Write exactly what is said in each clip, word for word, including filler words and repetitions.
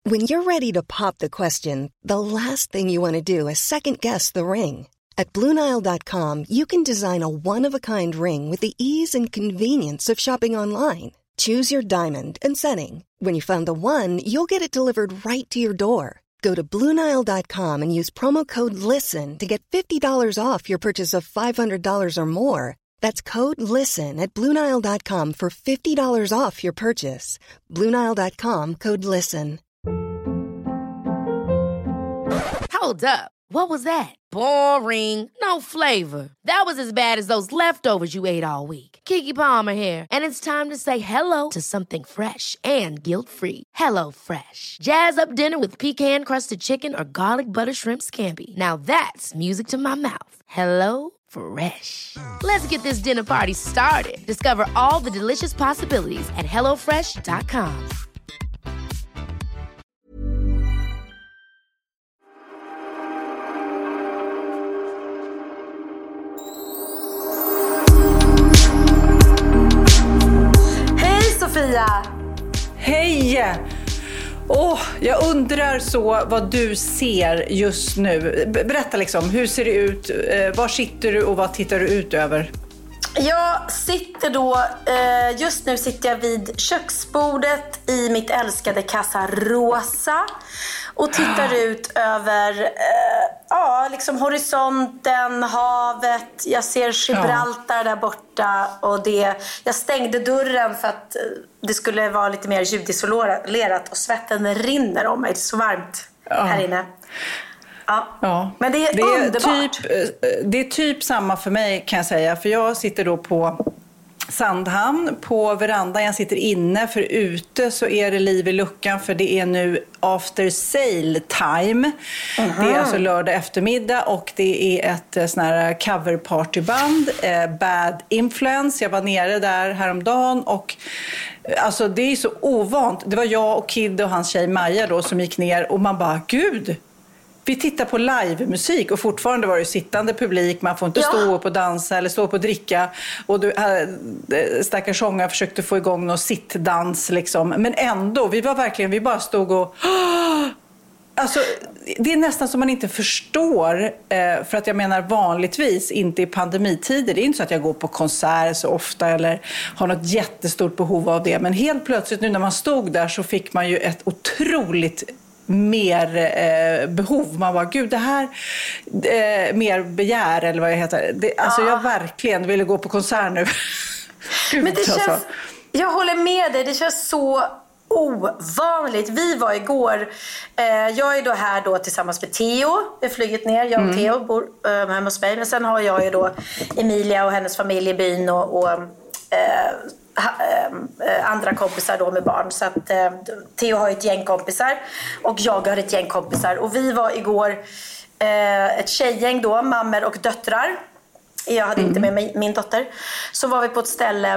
When you're ready to pop the question, the last thing you want to do is second-guess the ring. At Blue Nile dot com, you can design a one-of-a-kind ring with the ease and convenience of shopping online. Choose your diamond and setting. When you find the one, you'll get it delivered right to your door. Go to Blue Nile dot com and use promo code LISTEN to get fifty dollars off your purchase of five hundred dollars or more. That's code LISTEN at Blue Nile dot com for fifty dollars off your purchase. Blue Nile dot com, code LISTEN. Hold up. What was that? Boring. No flavor. That was as bad as those leftovers you ate all week. Keke Palmer here, and it's time to say hello to something fresh and guilt-free. Hello Fresh. Jazz up dinner with pecan-crusted chicken or garlic butter shrimp scampi. Now that's music to my mouth. Hello Fresh. Let's get this dinner party started. Discover all the delicious possibilities at hello fresh dot com. Sofia! Hej! Oh, jag undrar så vad du ser just nu. Berätta liksom, hur ser det ut? Var sitter du och vad tittar du ut över? Jag sitter då, just nu sitter jag vid köksbordet i mitt älskade Casa Rosa och tittar ut över ja, liksom horisonten, havet. Jag ser Gibraltar ja. där borta och det, jag stängde dörren för att det skulle vara lite mer ljudisolerat och svetten rinner om mig. Det är så varmt ja. här inne. Ja. ja, men det är, det är underbart. Typ, det är typ samma för mig kan jag säga. För jag sitter då på Sandhamn på verandan. Jag sitter inne för ute så är det liv i luckan för det är nu after sale time. Uh-huh. Det är alltså lördag eftermiddag och det är ett sån här coverpartyband, eh, Bad Influence. Jag var nere där häromdagen och alltså det är så ovant. Det var jag och Kid och hans tjej Maja då som gick ner och man bara, gud, vi tittar på livemusik och fortfarande var det sittande publik. Man får inte ja. stå upp och dansa eller stå upp och dricka. Och du, äh, stackars sångare försökte få igång någon sittdans liksom. Men ändå, vi var verkligen, vi bara stod och... Alltså, det är nästan som man inte förstår. Eh, för att jag menar vanligtvis, inte i pandemitider. Det är inte så att jag går på konsert så ofta eller har något jättestort behov av det. Men helt plötsligt nu när man stod där så fick man ju ett otroligt... mer eh, behov. Man bara, gud det här eh, mer begär eller vad jag heter. Det, alltså ja. jag verkligen ville gå på konsert nu. Gud, men det alltså. känns, jag håller med dig, det känns så ovanligt. Vi var igår, eh, jag är då här då tillsammans med Theo. Vi har flugit ner, jag och mm. Theo bor eh, hemma hos mig. Men sen har jag ju då Emilia och hennes familj i byn och, och eh, andra kompisar då med barn. Så att eh, Theo har ett gäng kompisar och jag har ett gäng kompisar. Och vi var igår eh, ett tjejgäng då, mammor och döttrar. Jag hade mm. inte med mig min dotter. Så var vi på ett ställe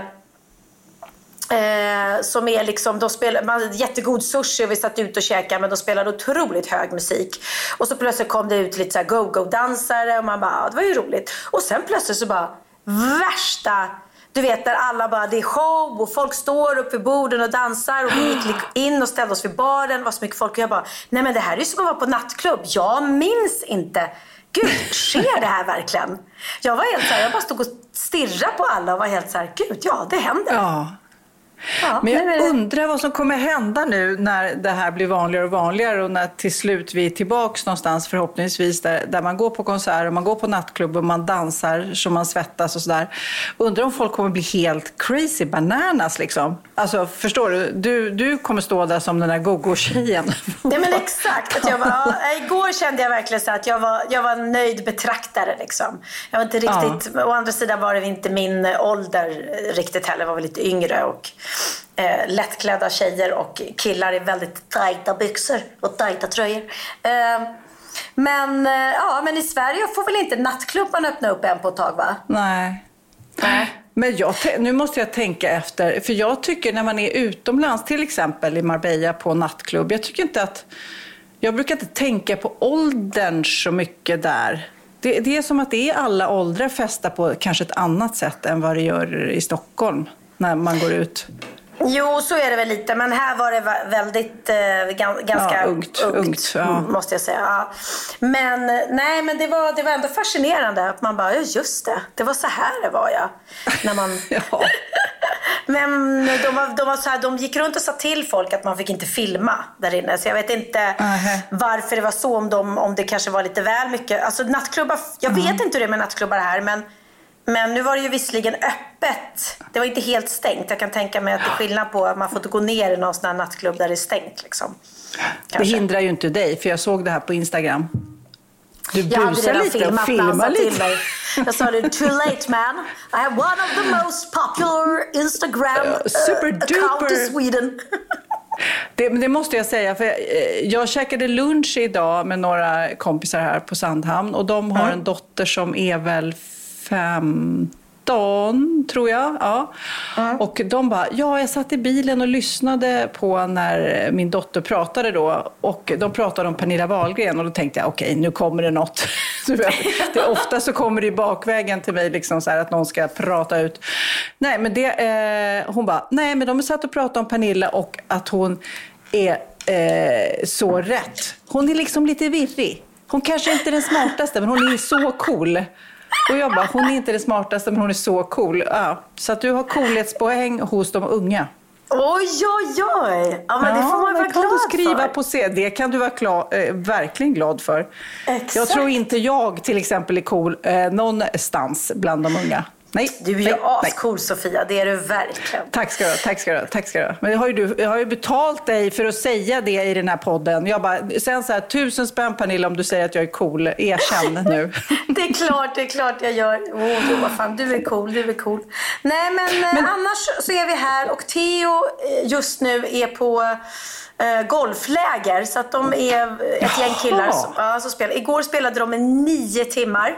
eh, som är liksom, de spelar, man hade jättegod sushi och vi satt ut och käkade, men de spelade otroligt hög musik. Och så plötsligt kom det ut lite så här go-go-dansare och man bara, ja, det var ju roligt. Och sen plötsligt så bara, värsta... Du vet, där alla bara, det är show och folk står upp vid borden och dansar och vi gick in och ställde oss vid baren, det var så mycket folk och jag bara, nej men det här är ju som att vara på nattklubb. Jag minns inte. Gud, sker det här verkligen? Jag var helt så här, jag bara stod och stirrade på alla och var helt så här, gud, ja, det händer. Ja. Ja, men jag nej, men... undrar vad som kommer hända nu när det här blir vanligare och vanligare och när till slut vi är tillbaka någonstans förhoppningsvis där, där man går på konserter och man går på nattklubb och man dansar så man svettas och sådär. Undrar om folk kommer bli helt crazy bananas liksom. Alltså förstår du, du, du kommer stå där som den där go-go-tjejen. Ja men exakt. Att jag var, ja, igår kände jag verkligen så att jag var, jag var en nöjd betraktare liksom. Jag var inte riktigt, ja. Å andra sidan var det inte min ålder riktigt heller, jag var väl lite yngre och Eh, lättklädda tjejer och killar i väldigt tajta byxor och tajta tröjor. Eh, men, eh, ja, men i Sverige får väl inte nattklubban öppna upp en på ett tag, va? Nej. Nej. Men jag, nu måste jag tänka efter. För jag tycker när man är utomlands, till exempel i Marbella på nattklubb. Jag tycker inte att... Jag brukar inte tänka på åldern så mycket där. Det, det är som att det är alla åldrar festa på kanske ett annat sätt än vad det gör i Stockholm när man går ut. Jo, så är det väl lite. Men här var det väldigt eh, ganska ja, ungt, ungt, ungt ja. måste jag säga. Ja. Men nej, men det var, det var ändå fascinerande att man bara, ja just det, det var så här det var jag. När man... ja. Men de, var, de, var så här, de gick runt och sa till folk att man fick inte filma där inne. Så jag vet inte uh-huh. varför det var så, om, de, om det kanske var lite väl mycket. Alltså nattklubbar, jag uh-huh. vet inte hur det är med nattklubbar här, men Men nu var det ju visserligen öppet. Det var inte helt stängt. Jag kan tänka mig att det är skillnad på att man får inte gå ner i någon sån här nattklubb där det är stängt. Liksom. Det hindrar ju inte dig, för jag såg det här på Instagram. Du busar lite och filmar lite. Mig. Jag sa det, too late man. I have one of the most popular Instagram uh, Super account in Sweden. Det, det måste jag säga, för jag, jag käkade lunch idag med några kompisar här på Sandhamn. Och de har mm. en dotter som är väl femton, tror jag. Ja. Mm. Och de bara, ja, jag satt i bilen och lyssnade på när min dotter pratade då. Och de pratade om Pernilla Wahlgren. Och då tänkte jag, okej, okay, nu kommer det något. det, ofta så kommer det i bakvägen till mig liksom så här, att någon ska prata ut. Nej, men det, eh, hon bara, nej, men de satt och pratade om Pernilla och att hon är eh, så rätt. Hon är liksom lite virrig. Hon kanske inte är den smartaste, men hon är så cool. Och jag bara, hon är inte det smartaste, men hon är så cool. Ja, så att du har coolhetspoäng hos de unga. Oj, oj, oj. Ja, men det får man ja, vara kan glad du skriva för. På C. Det kan du vara klar, eh, verkligen glad för. Exakt. Jag tror inte jag till exempel är cool eh, någonstans bland de unga. Nej, du är ju ascool, Sofia, det är du verkligen. Tack ska du, tack ska du, tack ska du. Men jag har ju, du, jag har ju betalt dig för att säga det i den här podden. Jag bara, sen så här, tusen spänn Pernilla om du säger att jag är cool. Erkänn nu. Det är klart, det är klart jag gör. Åh, oh, vad fan, du är cool, du är cool. Nej, men, men annars så är vi här och Theo just nu är på Uh, golfläger, så att de är ett gäng killar som, uh, som spelar. Igår spelade de i nio timmar.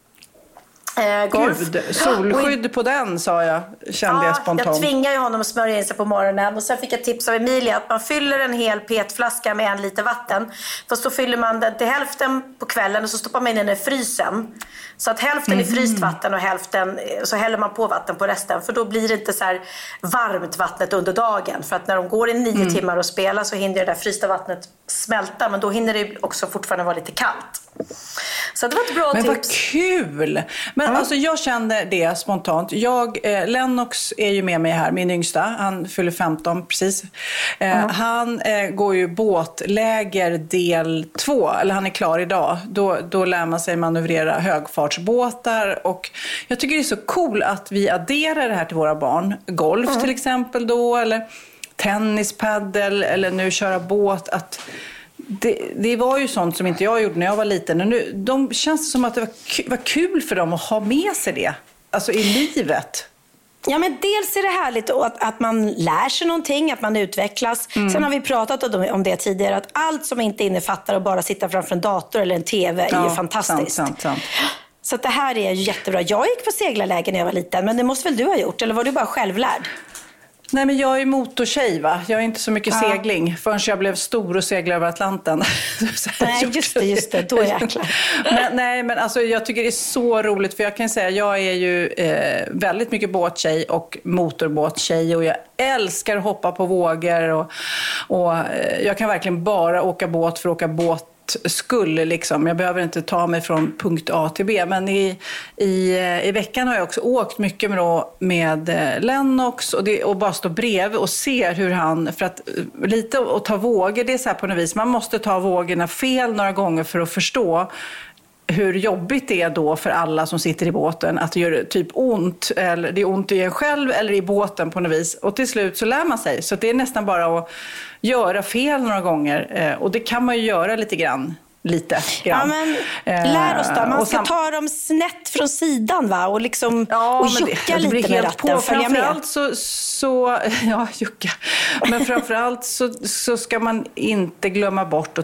Eh, golf. Gud, solskydd på den, sa jag, kände ja, jag spontant. Jag tvingade ju honom att smörja in sig på morgonen. Och sen fick jag tips av Emilia att man fyller en hel petflaska med en liter vatten. Fast då fyller man den till hälften på kvällen och så stoppar man in den i frysen. Så att hälften mm. är fryst vatten och hälften så häller man på vatten på resten. För då blir det inte så här varmt vattnet under dagen. För att när de går i nio mm. timmar och spelar så hinner det där frysta vattnet smälta. Men då hinner det också fortfarande vara lite kallt. Så det var ett bra men tips. Men vad kul! Men mm. alltså jag kände det spontant. Jag, eh, Lennox är ju med mig här, min yngsta. Han fyller femton precis. Eh, mm. Han eh, går ju båtläger del två. Eller han är klar idag. Då, då lär man sig manövrera högfartsbåtar. Och jag tycker det är så cool att vi adderar det här till våra barn. Golf mm. till exempel då. Eller tennis, paddel. Eller nu köra båt. Att... Det, det var ju sånt som inte jag gjorde när jag var liten. Och nu, de känns som att det var, var kul för dem att ha med sig det. Alltså i livet. Ja, men dels är det härligt att, att man lär sig någonting, att man utvecklas. Mm. Sen har vi pratat om det tidigare, att allt som inte innefattar att bara sitta framför en dator eller en tv ja, är ju fantastiskt. Sant, sant, sant. Så att det här är ju jättebra. Jag gick på seglarläger när jag var liten, men det måste väl du ha gjort? Eller var du bara självlärd? Nej, men jag är motortjej, va? Jag är inte så mycket ja. segling förrän jag blev stor och seglade över Atlanten. Nej, just det, just det. Då jäklar. men, nej, men alltså, jag tycker det är så roligt. För jag kan säga, jag är ju eh, väldigt mycket båttjej och motorbåttjej. Och jag älskar att hoppa på vågor. Och, och eh, jag kan verkligen bara åka båt för att åka båt. Skulle liksom. Jag behöver inte ta mig från punkt A till B. Men i, i, i veckan har jag också åkt mycket med, då, med Lennox och, det, och bara stå bredvid och se hur han, för att lite att ta vågor, det är så här på något vis, man måste ta vågorna fel några gånger för att förstå hur jobbigt det är då för alla som sitter i båten, att det gör typ ont, eller det är ont i en själv eller i båten på något vis. Och till slut så lär man sig. Så det är nästan bara att göra fel några gånger. Och det kan man ju göra lite grann. Lite grann. Ja, men lär oss då. Man ska sam- ta dem snett från sidan, va? Och liksom ja, och jucka det, lite med ratten. På. Följa med. Så, så, ja, jucka. Men framförallt så, så ska man inte glömma bort att titta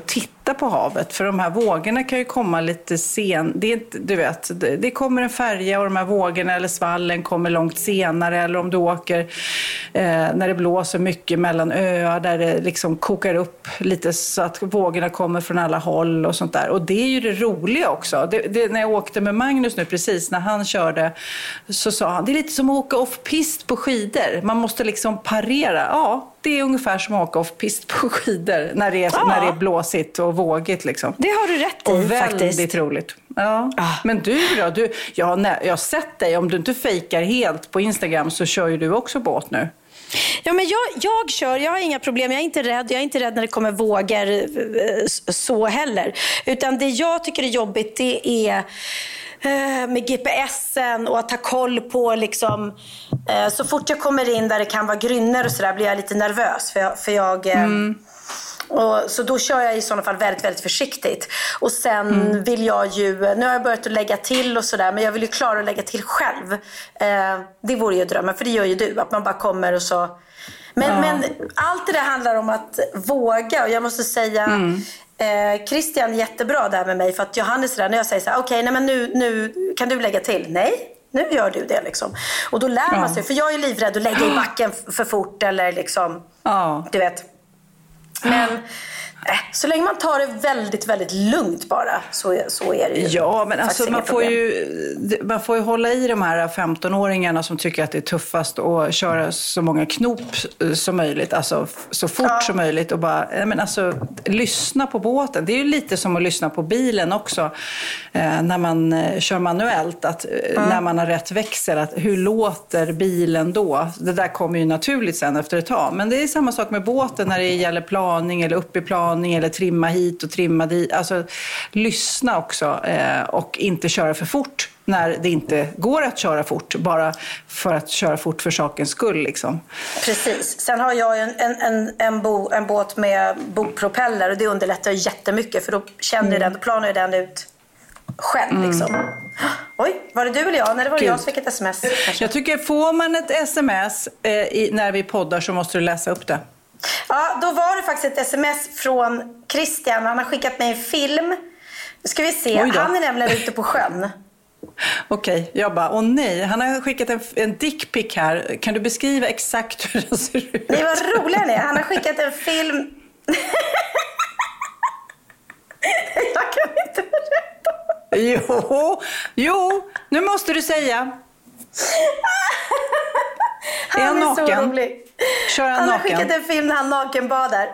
titta på havet. För de här vågorna kan ju komma lite sen. Det är inte, du vet, det, det kommer en färja och de här vågorna eller svallen kommer långt senare. Eller om du åker eh, när det blåser mycket mellan öar där det liksom kokar upp lite så att vågorna kommer från alla håll och sånt där. Och det är ju det roliga också. Det, det, när jag åkte med Magnus nu precis, när han körde, så sa han, det är lite som att åka off-pist på skidor. Man måste liksom parera. Ja, det är ungefär som att åka off-pist på skidor när det är, ja. när det är blåsigt och vågigt. Liksom. Det har du rätt i, och faktiskt. Väldigt roligt. Ja. Ah. Men du då? Du, ja, nej, jag har sett dig. Om du inte fejkar helt på Instagram så kör ju du också båt nu. Ja, men jag, jag kör, jag har inga problem, jag är inte rädd. Jag är inte rädd när det kommer vågor så heller. Utan det jag tycker är jobbigt, det är med G P S'en och att ta koll på liksom, så fort jag kommer in där det kan vara grynnor och sådär blir jag lite nervös för jag, för jag mm. och, så då kör jag i sådana fall väldigt, väldigt försiktigt. Och sen mm. vill jag ju, nu har jag börjat att lägga till och sådär, men jag vill ju klara att lägga till själv. eh, Det vore ju drömmen, för det gör ju du, att man bara kommer och så. Men, ja. men allt det där handlar om att våga. Och jag måste säga mm. eh, Christian är jättebra där med mig. För att Johannes där, när jag säger så här, okej, okay, men nu, nu kan du lägga till. Nej, nu gör du det liksom. Och då lär ja. man sig, för jag är livrädd att lägga i backen för fort. Eller liksom, ja. du vet. Men äh, så länge man tar det väldigt, väldigt lugnt bara, så, så är det ju. Ja, men alltså, man, får ju, man får ju hålla i de här femtonåringarna som tycker att det är tuffast att köra så många knop som möjligt. Alltså så fort ja. som möjligt. Och bara, men alltså, lyssna på båten. Det är ju lite som att lyssna på bilen också. Eh, när man eh, kör manuellt. Att, mm. När man har rätt växel. Att, hur låter bilen då? Det där kommer ju naturligt sen efter ett tag. Men det är samma sak med båten när det gäller planing eller upp i plan. Eller trimma hit och trimma dit. Alltså lyssna också eh, och inte köra för fort när det inte går att köra fort. Bara för att köra fort för sakens skull. Liksom. Precis. Sen har jag en, en, en, en, bo, en båt med bopropeller och det underlättar jättemycket för då känner mm. den, då planar den ut själv. Mm. Liksom. Oj, var det du eller jag? Nej, det var det jag som fick ett sms. Jag tycker får man ett sms eh, i, när vi poddar så måste du läsa upp det. Ja, då var det faktiskt ett sms från Christian. Han har skickat mig en film. Nu ska vi se. Han är nämligen ute på sjön. Okej, okay, jag bara, åh nej. Han har skickat en, en dickpic här. Kan du beskriva exakt hur den ser ut? Det var roligt är. Han har skickat en film. Jag kan inte berätta. Jo, jo, nu måste du säga. Han är, han är så rolig. Kör han, han har naken? skickat en film när han nakenbadar.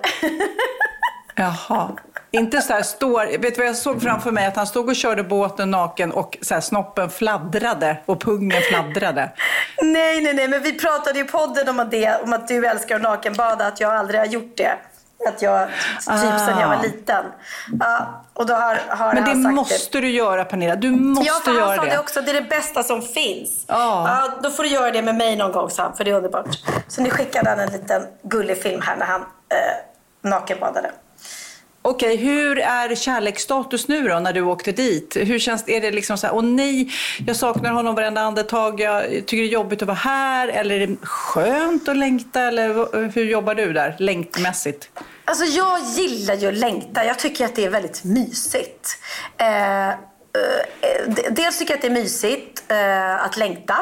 Jaha. Inte så här står, vet du vad jag såg framför mig? Att han stod och körde båten naken och så här, snoppen fladdrade och pungen fladdrade. Nej, nej, nej. Men vi pratade ju i podden om att, det, om att du älskar att nakenbada. Att jag aldrig har gjort det. Att jag, typ ah. sedan jag var liten. Ja, och då har, har Men det han sagt måste det. du göra, Pernilla. Du måste ja, för göra han sa det. det också. Det är det bästa som finns. Ah. Ja, då får du göra det med mig någon gång, Sam, för det är underbart. Så nu skickade han en liten gullig film här när han eh, nakenbadade. Okej, hur är kärleksstatus nu då när du åkte dit? Hur känns det? Är det liksom så här, åh nej, jag saknar honom varenda andetag, jag tycker det är jobbigt att vara här, eller är det skönt att längta, eller hur jobbar du där, längtmässigt? Alltså jag gillar ju att längta, jag tycker att det är väldigt mysigt. Eh, eh, dels tycker jag att det är mysigt eh, att längta.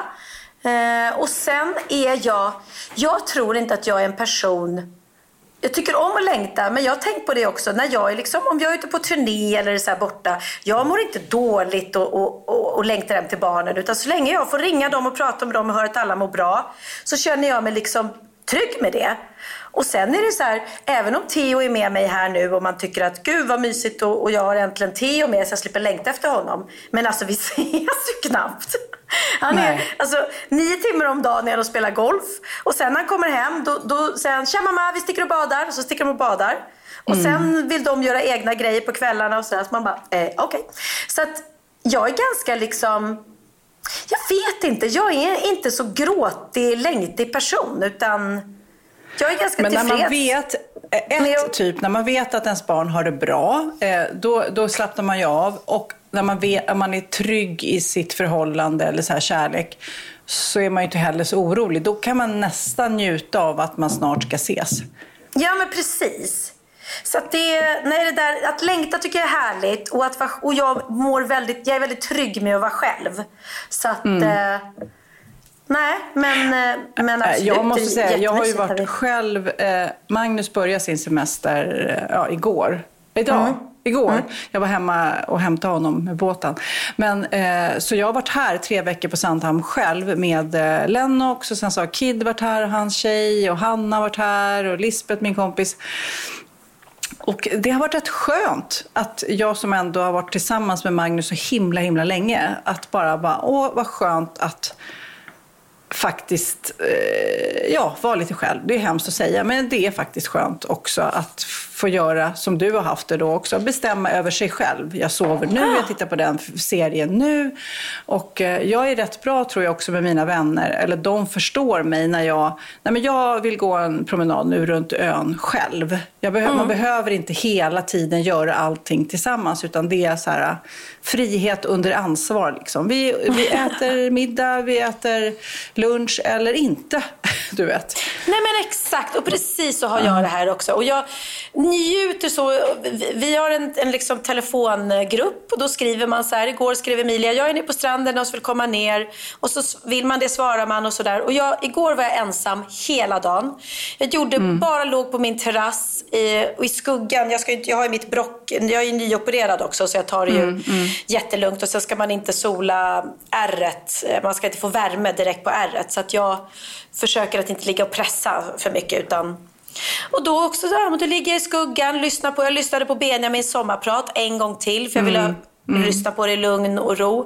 Eh, och sen är jag, jag tror inte att jag är en person. Jag tycker om att längta, men jag har tänkt på det också. När jag är liksom, om jag är ute på turné eller så här borta. Jag mår inte dåligt och, och, och, och längtar hem till barnen. Utan så länge jag får ringa dem och prata med dem och höra att alla mår bra. Så känner jag mig liksom trygg med det. Och sen är det så här, även om Theo är med mig här nu och man tycker att gud vad mysigt och, och jag har äntligen Theo med så jag slipper längta efter honom. Men alltså vi ses ju knappt. Han är, alltså, nio timmar om dagen när de spelar golf. Och sen när han kommer hem då, då säger han, tja mamma, vi sticker och badar. Och så sticker de och badar. Och mm. sen vill de göra egna grejer på kvällarna och sådär. Så man bara, eh, okej okay. Så att jag är ganska liksom, jag vet inte, jag är inte så gråtig, längtig person. Utan jag är ganska Men när tillfreds. man vet, ett jag... typ, när man vet att ens barn har det bra, då, då slappnar man ju av. Och när man, vet, man är trygg i sitt förhållande eller så här kärlek, så är man ju inte heller så orolig. Då kan man nästan njuta av att man snart ska ses. Ja, men precis. Så att det, nej, det där, att längta tycker jag är härligt. Och, att, och jag, mår väldigt, jag är väldigt trygg med att vara själv. Så att... Mm. Eh, nej, men, men absolut. Jag måste säga, jag har ju varit själv... Eh, Magnus började sin semester eh, ja, igår. Idag. Mm. Igår. Mm. Jag var hemma och hämtade honom med båten. Men, eh, så jag har varit här tre veckor på Sandhamn själv med eh, Lennox. Och sen så har Kid varit här och hans tjej. Och Hanna har varit här och Lisbeth, min kompis. Och det har varit rätt skönt att jag som ändå har varit tillsammans med Magnus så himla himla länge. Att bara, bara åh vad skönt att faktiskt eh, ja, vara lite själv. Det är hemskt att säga, men det är faktiskt skönt också att få göra som du har haft det då också. Bestämma över sig själv. Jag sover nu, jag tittar på den serien nu. Och eh, jag är rätt bra tror jag också med mina vänner. Eller de förstår mig när jag... Nej, men jag vill gå en promenad nu runt ön själv. Jag behöver, mm. Man behöver inte hela tiden göra allting tillsammans. Utan det är så här frihet under ansvar. Liksom. Vi, vi äter middag, vi äter lunch eller inte. Du vet. Nej men exakt, och precis så har jag det här också. Och jag njuter så. Vi har en, en liksom telefongrupp och då skriver man så här. Igår skrev Emilia, jag är nere på stranden och så vill komma ner. Och så vill man det, svarar man och sådär. Och jag, igår var jag ensam hela dagen. Jag gjorde, mm. bara låg på min terrass i, och i skuggan. Jag, ska inte, jag har ju mitt brock, jag är ju nyopererad också så jag tar det ju mm, mm. jättelugnt. Och sen ska man inte sola ärret. Man ska inte få värme direkt på ärret. Så att jag försöker att inte ligga och pressa för mycket utan... Och då också där, då ligger jag i skuggan, lyssnar på, jag lyssnade på Benjamins sommarprat en gång till för jag ville mm. Mm. lyssna på det i lugn och ro.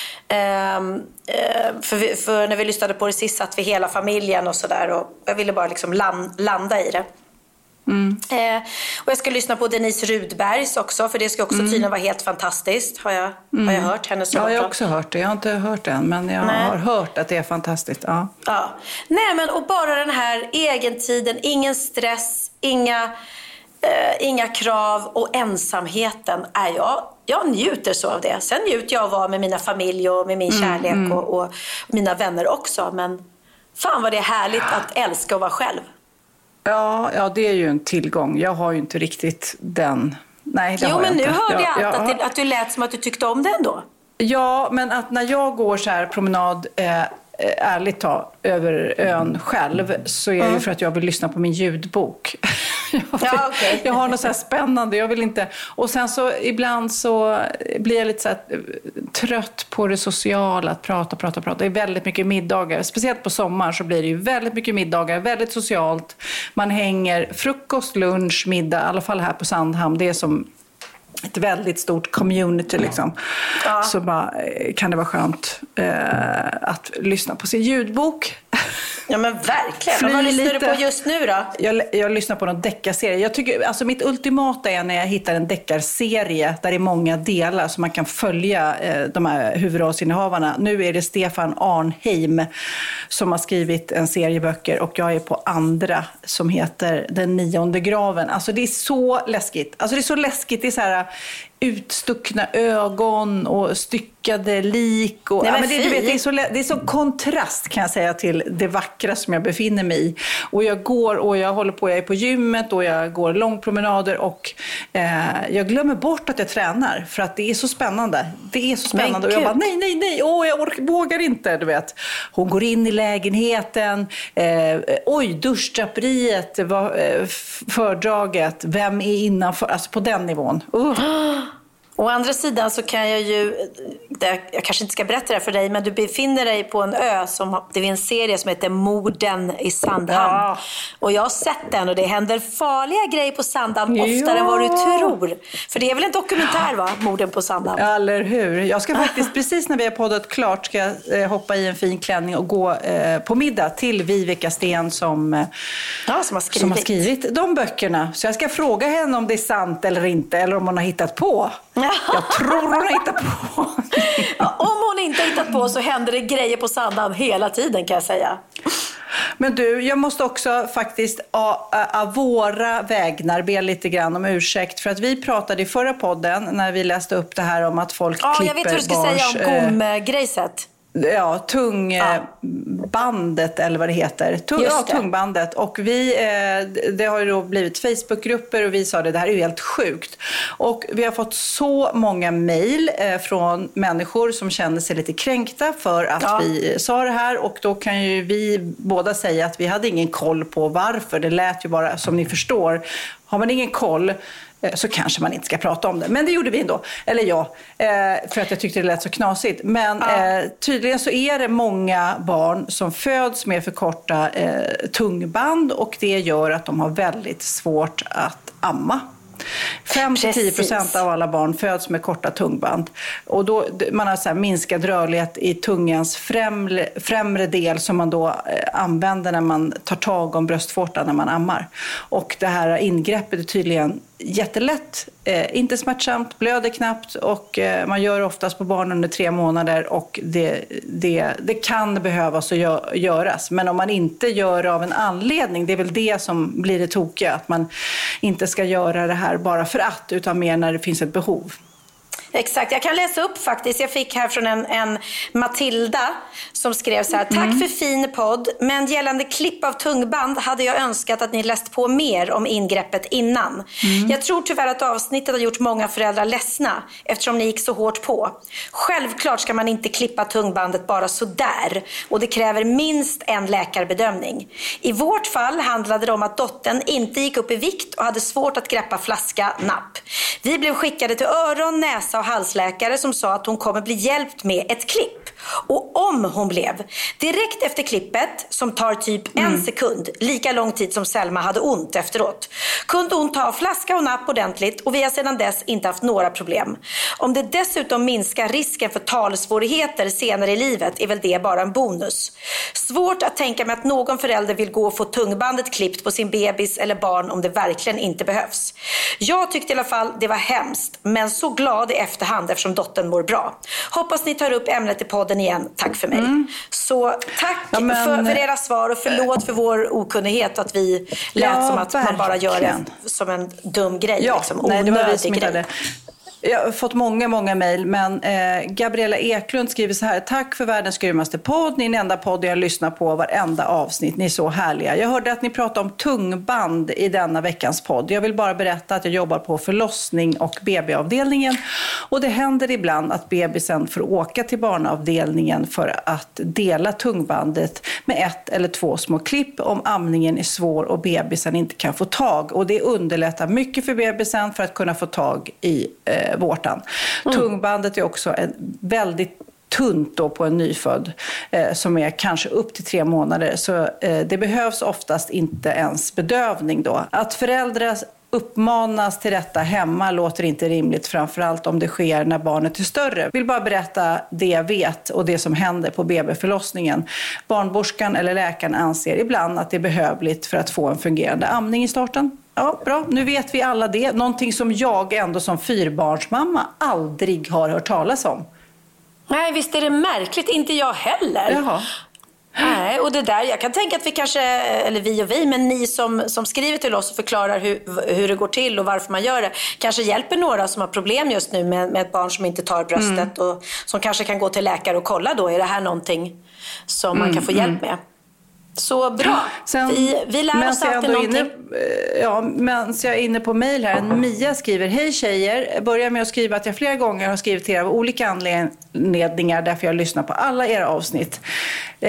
Um, uh, för, vi, för när vi lyssnade på det sist satt vi hela familjen och sådär och jag ville bara liksom land, landa i det. Mm. Eh, och jag ska lyssna på Denise Rudbergs också, för det ska också mm. tydligen vara helt fantastiskt. Har jag, mm. har jag hört hennes sommarprat? Ja, jag har också hört det. Jag har inte hört det än, men jag Nej. har hört att det är fantastiskt. Ja. Ja. Nej, men och bara den här egentiden, ingen stress, inga, eh, inga krav och ensamheten är jag. Jag njuter så av det. Sen njuter jag av att vara med mina familj och med min mm. kärlek mm. Och, och mina vänner också. Men fan vad det är härligt att älska och vara själv. Ja, ja, det är ju en tillgång. Jag har ju inte riktigt den. Nej, det jo, har jag men inte. Nu hörde jag, jag, att, jag att, att du lät som att du tyckte om det ändå. Ja, men att när jag går så här promenad, eh, ärligt ta, över ön själv så är det mm. ju för att jag vill lyssna på min ljudbok. jag, vill, ja, okay. jag har något så här spännande, jag vill inte... Och sen så ibland så blir jag lite så här trött på det sociala, att prata, prata, prata. Det är väldigt mycket middagar. Speciellt på sommaren så blir det ju väldigt mycket middagar, väldigt socialt. Man hänger frukost, lunch, middag, i alla fall här på Sandhamn. Det är som ett väldigt stort community liksom. Ja. Så bara, kan det vara skönt eh, att lyssna på sin ljudbok. Ja men verkligen. Fly Vad lyssnar lite. du på just nu då? Jag, jag lyssnar på någon deckarserie. Jag tycker, alltså mitt ultimata är när jag hittar en deckarserie där det är många delar så man kan följa eh, de här huvudrollsinnehavarna. Nu är det Stefan Arnheim som har skrivit en serie böcker och jag är på andra som heter Den nionde graven. Alltså det är så läskigt. Alltså det är så läskigt. Det är så här utstuckna ögon och styckade lik. Och, Nej, men ja, men det, du vet, det, är så, det är så kontrast kan jag säga till det vackra som jag befinner mig i. Och jag går och jag håller på, jag är på gymmet och jag går långpromenader och eh, jag glömmer bort att jag tränar för att det är så spännande. Det är så spännande och jag bara nej, nej, nej, åh, jag orkar, vågar inte, du vet. Hon går in i lägenheten, eh, oj, duschdraperiet, var, eh, fördraget, vem är innanför, alltså på den nivån. Uh. Å andra sidan så kan jag ju, jag kanske inte ska berätta det för dig, men du befinner dig på en ö som, det är en serie som heter Morden i Sandhamn. Ja. Och jag har sett den och det händer farliga grejer på Sandhamn oftare ja. än vad du tror. För det är väl en dokumentär va, Morden på Sandhamn? Ja, eller hur? Jag ska faktiskt, precis när vi har poddat klart, ska jag eh, hoppa i en fin klänning och gå eh, på middag till Viveka Sten som, eh, ja, som, har skrivit. som har skrivit de böckerna. Så jag ska fråga henne om det är sant eller inte, eller om hon har hittat på. Jag tror hon har hittat på. Ja, om hon inte har hittat på så händer det grejer på Sandhamn hela tiden kan jag säga. Men du, jag måste också faktiskt av våra vägnar be lite grann om ursäkt. För att vi pratade i förra podden när vi läste upp det här om att folk ja, klipper jag vet vad du ska bars, säga om gomgrejset. Ja, tungbandet ja. eller vad det heter. Tung, Just ja, det. tungbandet. Och vi, eh, det har ju då blivit Facebookgrupper och vi sa det, det här är ju helt sjukt. Och vi har fått så många mejl eh, från människor som känner sig lite kränkta för att ja. vi sa det här. Och då kan ju vi båda säga att vi hade ingen koll på varför. Det lät ju bara, som ni förstår, har man ingen koll så kanske man inte ska prata om det. Men det gjorde vi ändå. Eller ja, för att jag tyckte det lät så knasigt. Men ja. tydligen så är det många barn som föds med för korta tungband. Och det gör att de har väldigt svårt att amma. fem till tio procent av alla barn föds med korta tungband. Och då, man har så här minskad rörlighet i tungans främre, främre del som man då eh, använder när man tar tag om bröstvårtan när man ammar. Och det här ingreppet är tydligen jättelätt, eh, inte smärtsamt, blöder knappt och eh, man gör oftast på barn under tre månader och det, det, det kan behövas att gö- göras. Men om man inte gör av en anledning, det är väl det som blir det tokiga, att man inte ska göra det här bara för att, utan mer när det finns ett behov. Exakt, jag kan läsa upp faktiskt. Jag fick här från en, en Matilda som skrev så här: tack mm. för fin podd, men gällande klipp av tungband hade jag önskat att ni läst på mer om ingreppet innan. Mm. Jag tror tyvärr att avsnittet har gjort många föräldrar ledsna eftersom ni gick så hårt på. Självklart ska man inte klippa tungbandet bara så där, och det kräver minst en läkarbedömning. I vårt fall handlade det om att dottern inte gick upp i vikt och hade svårt att greppa flaska, napp. Vi blev skickade till öron, näsa och halsläkare som sa att hon kommer bli hjälpt med ett klipp. Och om hon blev, direkt efter klippet, som tar typ mm. en sekund, lika lång tid som Selma hade ont efteråt, kunde hon ta flaska och napp ordentligt och vi har sedan dess inte haft några problem. Om det dessutom minskar risken för talsvårigheter senare i livet är väl det bara en bonus. Svårt att tänka mig att någon förälder vill gå och få tungbandet klippt på sin bebis eller barn om det verkligen inte behövs. Jag tyckte i alla fall det var hemskt, men så glad i efterhand eftersom dottern mår bra. Hoppas ni tar upp ämnet i podden igen. Tack för mig. Mm. Så tack ja, men... för, för era svar och förlåt för vår okunnighet att vi lät ja, som att verkligen. Man bara gör det som en dum grej. Ja, liksom, nej, det var vi som inte hade. Jag har fått många, många mejl, men eh, Gabriella Eklund skriver så här: tack för världens grymmaste podd. Ni är den enda podd jag lyssnar på varenda avsnitt. Ni är så härliga. Jag hörde att ni pratade om tungband i denna veckans podd. Jag vill bara berätta att jag jobbar på förlossning och B B-avdelningen. Och det händer ibland att bebisen får åka till barnavdelningen för att dela tungbandet med ett eller två små klipp om amningen är svår och bebisen inte kan få tag. Och det underlättar mycket för bebisen för att kunna få tag i eh, vårtan. Mm. Tungbandet är också en väldigt tunt då på en nyfödd eh, som är kanske upp till tre månader. Så eh, det behövs oftast inte ens bedövning då. Att föräldrar uppmanas till detta hemma låter inte rimligt, framförallt om det sker när barnet är större. Vill bara berätta det jag vet och det som händer på B B-förlossningen. Barnmorskan eller läkaren anser ibland att det är behövligt för att få en fungerande amning i starten. Ja, bra. Nu vet vi alla det. Någonting som jag ändå som fyrbarnsmamma aldrig har hört talas om. Nej, visst är det märkligt. Inte jag heller. Jaha. Nej, och det där, jag kan tänka att vi kanske, eller vi och vi, men ni som, som skriver till oss och förklarar hur, hur det går till och varför man gör det, kanske hjälper några som har problem just nu med, med ett barn som inte tar bröstet mm. och som kanske kan gå till läkare och kolla då, är det här någonting som mm, man kan få hjälp mm. med? Så bra. Sen, vi, vi lär oss alltid någonting. Inne, ja, men jag är inne på mejl här. En Mia skriver: hej tjejer, börjar med att skriva att jag flera gånger har skrivit till er av olika anledningar därför jag lyssnar på alla era avsnitt. Eh,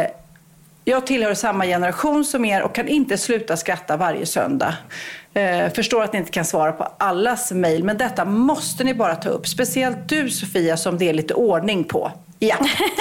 jag tillhör samma generation som er och kan inte sluta skratta varje söndag. Eh, förstår att ni inte kan svara på allas mejl, men detta måste ni bara ta upp. Speciellt du Sofia som det är lite ordning på. Ja.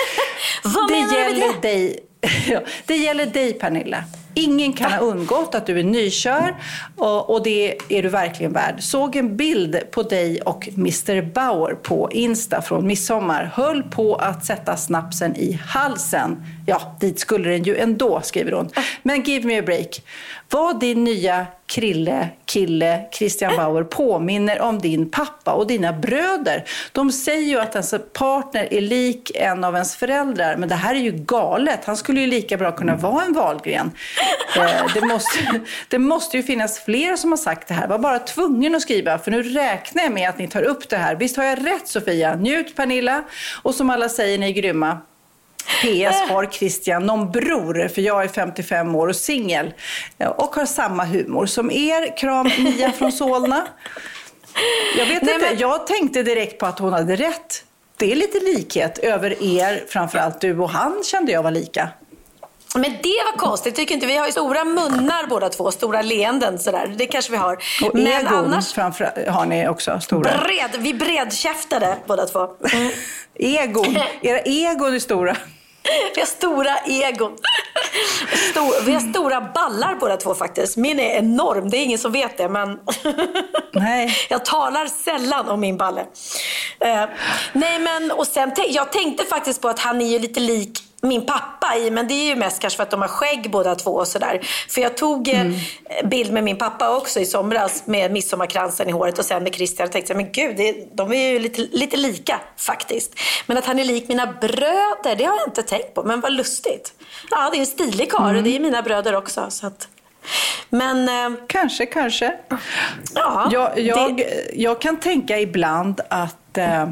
Vad det menar gäller du med det? dig. Ja, det gäller dig Pernilla. Ingen kan ha undgått att du är nykär och, och det är du verkligen värd. Såg en bild på dig och mister Bauer på Insta från midsommar. Höll på att sätta snapsen i halsen. Ja, dit skulle den ju ändå, skriver hon. Men give me a break. Vad din nya krille, kille, Christian Bauer påminner om din pappa och dina bröder. De säger ju att ens partner är lik en av ens föräldrar. Men det här är ju galet. Han skulle ju lika bra kunna vara en Wahlgren. Det måste, det måste ju finnas fler som har sagt det här. Var bara tvungen att skriva, för nu räknar jag med att ni tar upp det här. Visst har jag rätt Sofia? Njut Pernilla. Och som alla säger, ni är grymma. P S har Christian någon bror, för jag är femtiofem år och singel och har samma humor som er. Kram Mia från Solna. Jag vet Nej, inte, men... jag tänkte direkt på att hon hade rätt. Det är lite likhet över er, framförallt du och han kände jag var lika. Men det var konstigt, tycker inte vi har ju stora munnar båda två, stora leenden sådär. Det kanske vi har. Och men egon annars framför har ni också stora. Bred, vi bredkäftade båda två. Mm. Egon, era egon är stora. Vi har stora egon. Stor, vi har stora ballar båda två faktiskt. Min är enorm, det är ingen som vet det, men nej. Jag talar sällan om min balle. Uh, nej men, och sen jag tänkte faktiskt på att han är ju lite lik min pappa i, men det är ju mest kanske för att de har skägg båda två och sådär. För jag tog mm. bild med min pappa också i somras med midsommarkransen i håret och sen med Christian och tänkte, men gud, det, de är ju lite, lite lika faktiskt. Men att han är lik mina bröder, det har jag inte tänkt på, men vad lustigt. Ja, det är en stilig karl mm. och det är mina bröder också, så att... Men, eh... kanske, kanske. Ja, jag, jag, det... jag kan tänka ibland att eh,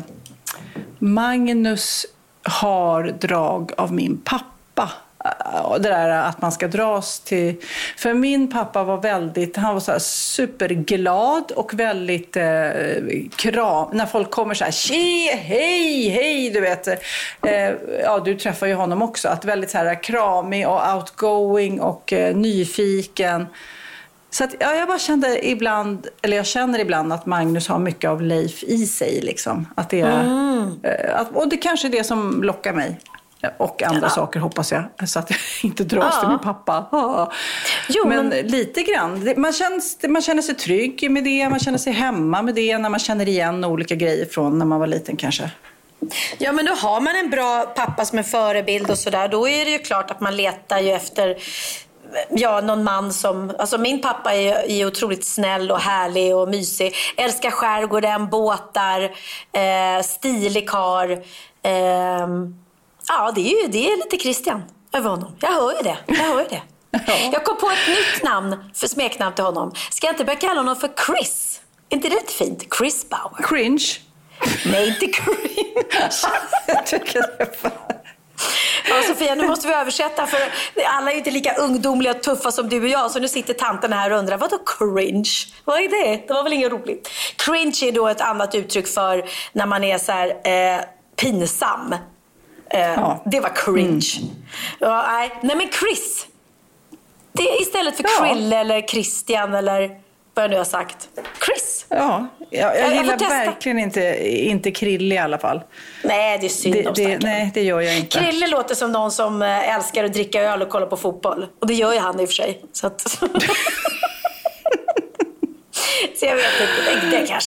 Magnus har drag av min pappa. Det där att man ska dras till... För min pappa var väldigt... Han var så här superglad och väldigt eh, kram. När folk kommer så här... Tje, hej, hej, du vet. Eh, ja, du träffar ju honom också. Att väldigt så här kramig och outgoing och eh, nyfiken. Så att, ja, jag bara kände ibland... Eller jag känner ibland att Magnus har mycket av Leif i sig. Liksom. Att det är, mm. eh, att, och det kanske är det som lockar mig. Och andra ja. saker hoppas jag. Så att jag inte dras ja. till min pappa. Ja. Jo, men, men lite grann. Man, känns, man känner sig trygg med det. Man känner sig hemma med det. När man känner igen olika grejer från när man var liten kanske. Ja, men då har man en bra pappa som en förebild och sådär. Då är det ju klart att man letar ju efter... Ja, någon man som... Alltså min pappa är, är otroligt snäll och härlig och mysig. Älskar skärgården, båtar, eh, stilig karl. Eh, ja, det är ju det är lite Christian över honom. Jag hör ju det. Jag hör ju det. Ja. Jag kom på ett nytt namn för smeknamn till honom. Ska jag inte börja kalla honom för Chris? Är inte det lite fint? Chris Bauer. Cringe? Nej, inte cringe. Jag tycker det är fan... Ja, Sofia, nu måste vi översätta, för alla är ju inte lika ungdomliga och tuffa som du och jag. Så nu sitter tanten här och undrar, vad då cringe? Vad är det? Det var väl inget roligt. Cringe är då ett annat uttryck för när man är så här eh, pinsam. Eh, ja. Det var cringe. Mm. Ja, nej. nej, men Chris. Det är istället för ja. Krill eller Christian eller vad jag nu har sagt. Chris. Ja, jag, jag, jag gillar verkligen inte, inte Krille i alla fall. Nej, det är synd det, om det, Nej, det gör jag inte. Krille låter som någon som älskar att dricka öl och kolla på fotboll. Och det gör ju han i och för sig. Så, att... så jag vet inte, det, det kanske.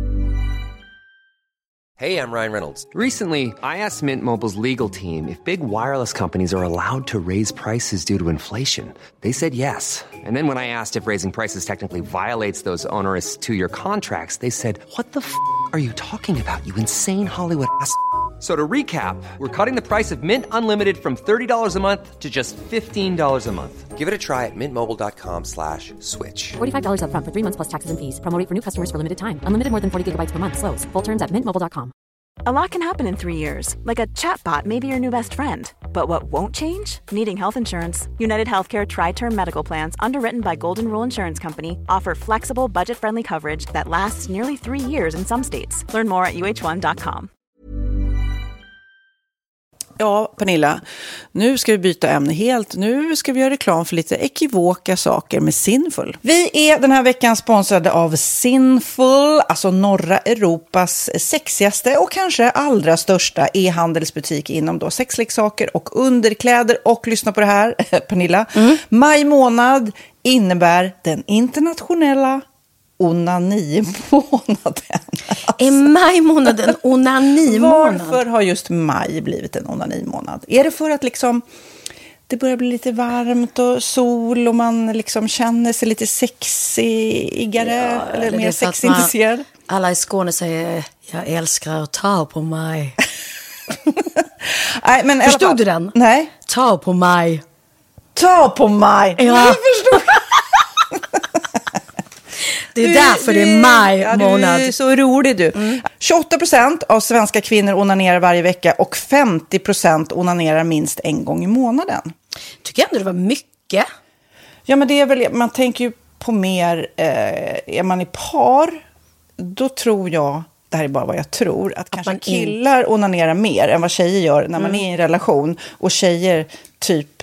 Hey, I'm Ryan Reynolds. Recently, I asked Mint Mobile's legal team if big wireless companies are allowed to raise prices due to inflation. They said yes. And then when I asked if raising prices technically violates those onerous two-year contracts, they said, what the f*** are you talking about, you insane Hollywood ass f- So to recap, we're cutting the price of Mint Unlimited from thirty dollars a month to just fifteen dollars a month. Give it a try at mintmobile.com slash switch. forty-five dollars up front for three months plus taxes and fees. Promo rate for new customers for limited time. Unlimited more than forty gigabytes per month. Slows full terms at mint mobile dot com. A lot can happen in three years. Like a chatbot may be your new best friend. But what won't change? Needing health insurance. United Healthcare Tri-Term Medical Plans, underwritten by Golden Rule Insurance Company, offer flexible, budget-friendly coverage that lasts nearly three years in some states. Learn more at u h one dot com. Ja, Pernilla, nu ska vi byta ämne helt. Nu ska vi göra reklam för lite ekivoka saker med Sinful. Vi är den här veckan sponsrade av Sinful, alltså norra Europas sexigaste och kanske allra största e-handelsbutik inom då sexleksaker och underkläder. Och lyssna på det här, Pernilla. Mm. Maj månad innebär den internationella onani-månaden. Alltså. Är maj månaden onani-månad? Varför har just maj blivit en onani-månad? Är det för att liksom det börjar bli lite varmt och sol och man liksom känner sig lite sexigare ja, eller, eller mer sexintresserad? Alla i Skåne säger jag älskar att ta på mig. Nej, men förstod fall, du den? Nej. Ta på mig. Ta på mig. Ja. Jag förstod. Det är därför det är maj ja, månad. Du är så rolig du. Mm. tjugoåtta procent av svenska kvinnor onanerar varje vecka och femtio procent onanerar minst en gång i månaden. Tycker jag ändå det var mycket. Ja, men det är väl, man tänker ju på mer, eh, är man i par, då tror jag, det här är bara vad jag tror, att, att kanske killar in... onanerar mer än vad tjejer gör när man mm. är i en relation. Och tjejer typ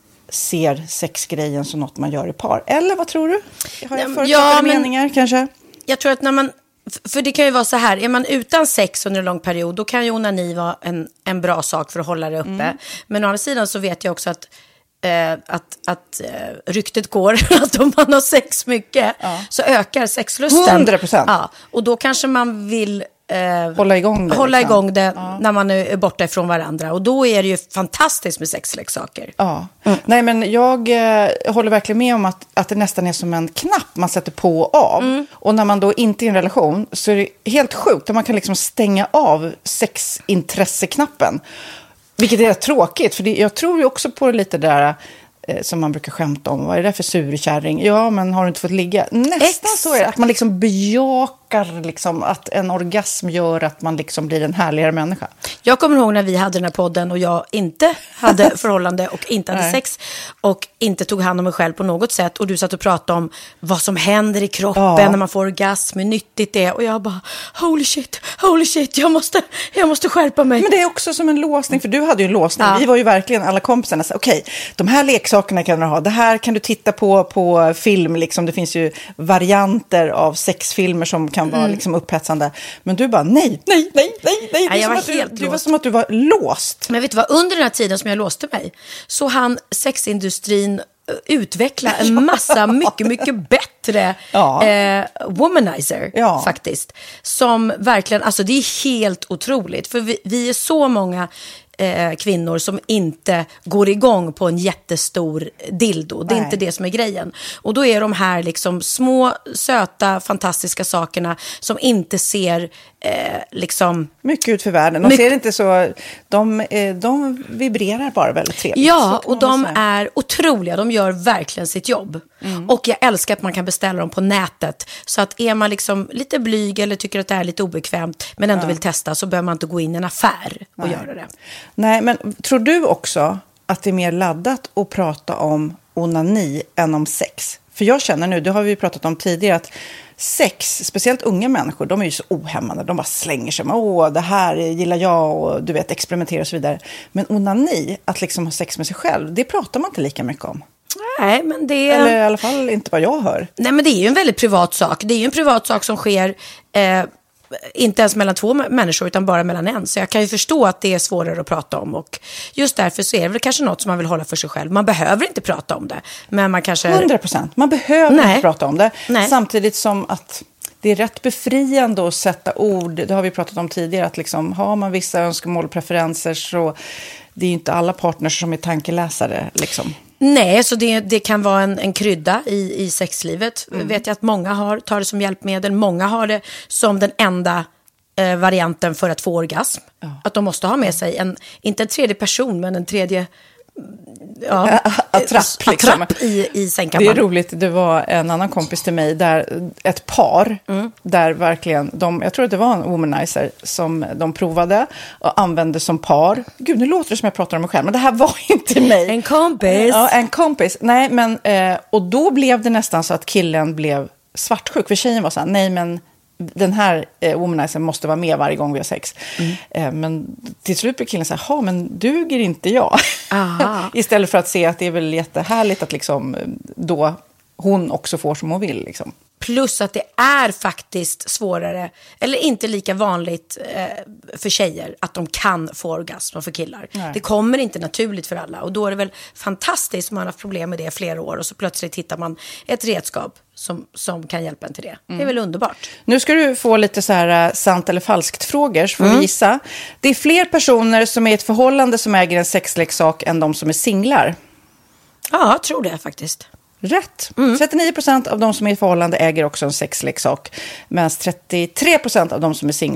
ser sexgrejen som något man gör i par. Eller vad tror du? Har jag förutsatta ja, meningar kanske? Jag tror att när man, för det kan ju vara så här, är man utan sex under en lång period, då kan ju onani vara en, en bra sak för att hålla det uppe. Mm. Men å andra sidan så vet jag också att Eh, att, att eh, ryktet går att om man har sex mycket ja. så ökar sexlusten. hundra procent. Ja, och då kanske man vill eh, hålla igång det, hålla liksom. igång det ja. när man är borta ifrån varandra. Och då är det ju fantastiskt med sexleksaker. Ja. Mm. Nej, men jag eh, håller verkligen med om att, att det nästan är som en knapp man sätter på och av. Mm. Och när man då inte är i en relation så är det helt sjukt. Man kan liksom stänga av sexintresseknappen. Vilket är tråkigt, för det, jag tror ju också på lite där eh, som man brukar skämta om. Vad är det för surkärring? Ja, men har du inte fått ligga? Nästan Exakt. Så är det. Att man liksom bejakar liksom, att en orgasm gör att man liksom blir en härligare människa. Jag kommer ihåg när vi hade den här podden och jag inte hade förhållande och inte hade sex och inte tog hand om mig själv på något sätt. Och du satt och pratade om vad som händer i kroppen ja. när man får orgasm, hur nyttigt det är. Och jag bara, holy shit, holy shit, jag måste, jag måste skärpa mig. Men det är också som en låsning, för du hade ju en låsning. Ja. Vi var ju verkligen alla kompisarna. Okej, okay, de här leksakerna kan du ha. Det här kan du titta på på film. Liksom. Det finns ju varianter av sexfilmer som kan vara mm. liksom upphetsande. Men du bara, nej, nej, nej, nej, nej. Ja, jag var helt du, det var som att du var låst. Men vet du vad, under den här tiden som jag låste mig så hann sexindustrin utveckla en massa mycket, mycket bättre ja. eh, womanizer ja. faktiskt. Som verkligen, alltså det är helt otroligt. För vi, vi är så många eh, kvinnor som inte går igång på en jättestor dildo. Det är Nej. inte det som är grejen. Och då är de här liksom små, söta, fantastiska sakerna som inte ser eh, liksom... mycket ut för världen. De mycket... ser inte så... De, eh, de vibrerar bara väldigt trevligt. Ja, och de är otroliga. De gör verkligen sitt jobb. Mm. Och jag älskar att man kan beställa dem på nätet. Så att är man liksom lite blyg eller tycker att det är lite obekvämt men ändå ja. vill testa, så behöver man inte gå in i en affär och Nej. göra det. Nej, men tror du också att det är mer laddat att prata om onani än om sex? För jag känner nu, det har vi pratat om tidigare, att sex, speciellt unga människor, de är ju så ohämmande. De bara slänger sig med, åh, det här gillar jag och du vet, experimentera och så vidare. Men onani, att liksom ha sex med sig själv, det pratar man inte lika mycket om. Nej, men det är... Eller i alla fall inte vad jag hör. Nej, men det är ju en väldigt privat sak. Det är ju en privat sak som sker... Eh... inte ens mellan två människor utan bara mellan en. Så jag kan ju förstå att det är svårare att prata om. Och just därför så är det väl kanske något som man vill hålla för sig själv. Man behöver inte prata om det. Men man kanske... hundra procent. Man behöver Nej. inte prata om det. Nej. Samtidigt som att det är rätt befriande att sätta ord. Det har vi pratat om tidigare. Att liksom, har man vissa önskemål och preferenser så det är ju inte alla partners som är tankeläsare. Liksom. Nej, så det, det kan vara en, en krydda i, i sexlivet. Mm. Vet jag att många har, tar det som hjälpmedel. Många har det som den enda eh, varianten för att få orgasm. Ja. Att de måste ha med sig, en, inte en tredje person, men en tredje... Ja, attrapp, liksom. attrapp i, i sängkammaren. Det är roligt, det var en annan kompis till mig där ett par mm. där verkligen de, jag tror att det var en womanizer som de provade och använde som par. Gud, nu låter det som jag pratar om mig själv, men det här var inte mig. En kompis. Ja, en kompis. Nej, men eh, och då blev det nästan så att killen blev svartsjuk, för tjejen var så här, nej men den här eh, womanizern måste vara med varje gång vi har sex. Mm. Eh, men till slut blir killen så här, ja men duger inte jag? Istället för att se att det är väl jättehärligt att liksom då hon också får som hon vill liksom. Plus att det är faktiskt svårare, eller inte lika vanligt eh, för tjejer att de kan få orgasm för killar. Nej. Det kommer inte naturligt för alla. Och då är det väl fantastiskt om man har haft problem med det i flera år. Och så plötsligt hittar man ett redskap som, som kan hjälpa en till det. Mm. Det är väl underbart. Nu ska du få lite så här uh, sant eller falskt frågor, så får mm. vi gissa. Det är fler personer som är i ett förhållande som äger en sexleksak än de som är singlar. Ja, jag tror det faktiskt. Rätt. Mm. trettionio procent av de som är i förhållande äger också en sexleksak. Medan trettiotre procent av de som är singlar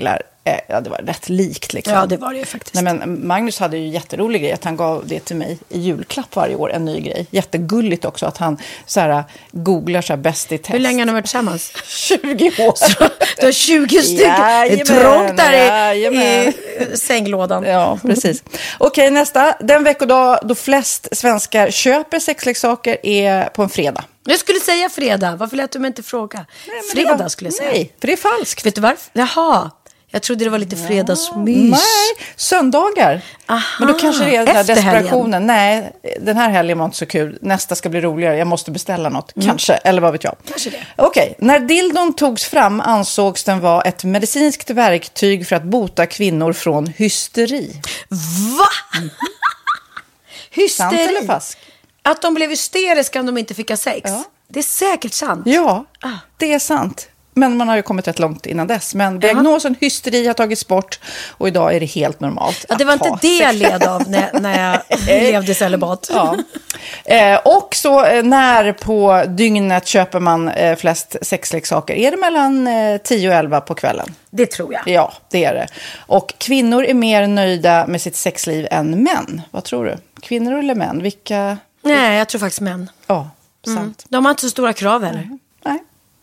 eh, ja, det var rätt likt liksom. Ja, det var det ju faktiskt. Nej, men Magnus hade ju jätterolig grej att han gav det till mig i julklapp varje år, en ny grej. Jättegulligt också att han så här googlar så här bäst i test. Hur länge har ni varit tillsammans? tjugo år. Så, du har tjugo stycken. Jajamän, det är trångt där jajamän. i sänglådan. Ja, precis. Okej, nästa. Den veckodag då flest svenskar köper sexleksaker är på en fredag. Jag skulle säga fredag. Varför lät du mig inte fråga? Nej, fredag var, skulle jag säga. Nej, för det är falskt. Vet du varför? Jaha. Jag trodde det var lite fredagsmys. Nej, söndagar. Aha, men då kanske det är den här desperationen. Helgen. Nej, den här helgen var inte så kul. Nästa ska bli roligare. Jag måste beställa något. Mm. Kanske, eller vad vet jag. Kanske det. Okej, när dildon togs fram ansågs den vara ett medicinskt verktyg för att bota kvinnor från hysteri. Va? Mm. Hysteri? Sant eller falskt? Att de blev hysteriska om de inte fick ha sex. Ja. Det är säkert sant. Ja, ah. det är sant. Men man har ju kommit rätt långt innan dess. Men diagnosen uh-huh. hysteri har tagits bort och idag är det helt normalt. Ja, det var inte det jag led av när, när jag levde celibat. Ja. Eh, och så eh, när på dygnet köper man eh, flest sexleksaker? Är det mellan eh, tio och elva på kvällen? Det tror jag. Ja, det är det. Och kvinnor är mer nöjda med sitt sexliv än män. Vad tror du? Kvinnor eller män? Vilka... Nej, jag tror faktiskt män. Ja, sant. Mm. De har inte så stora krav heller. Mm. Nej.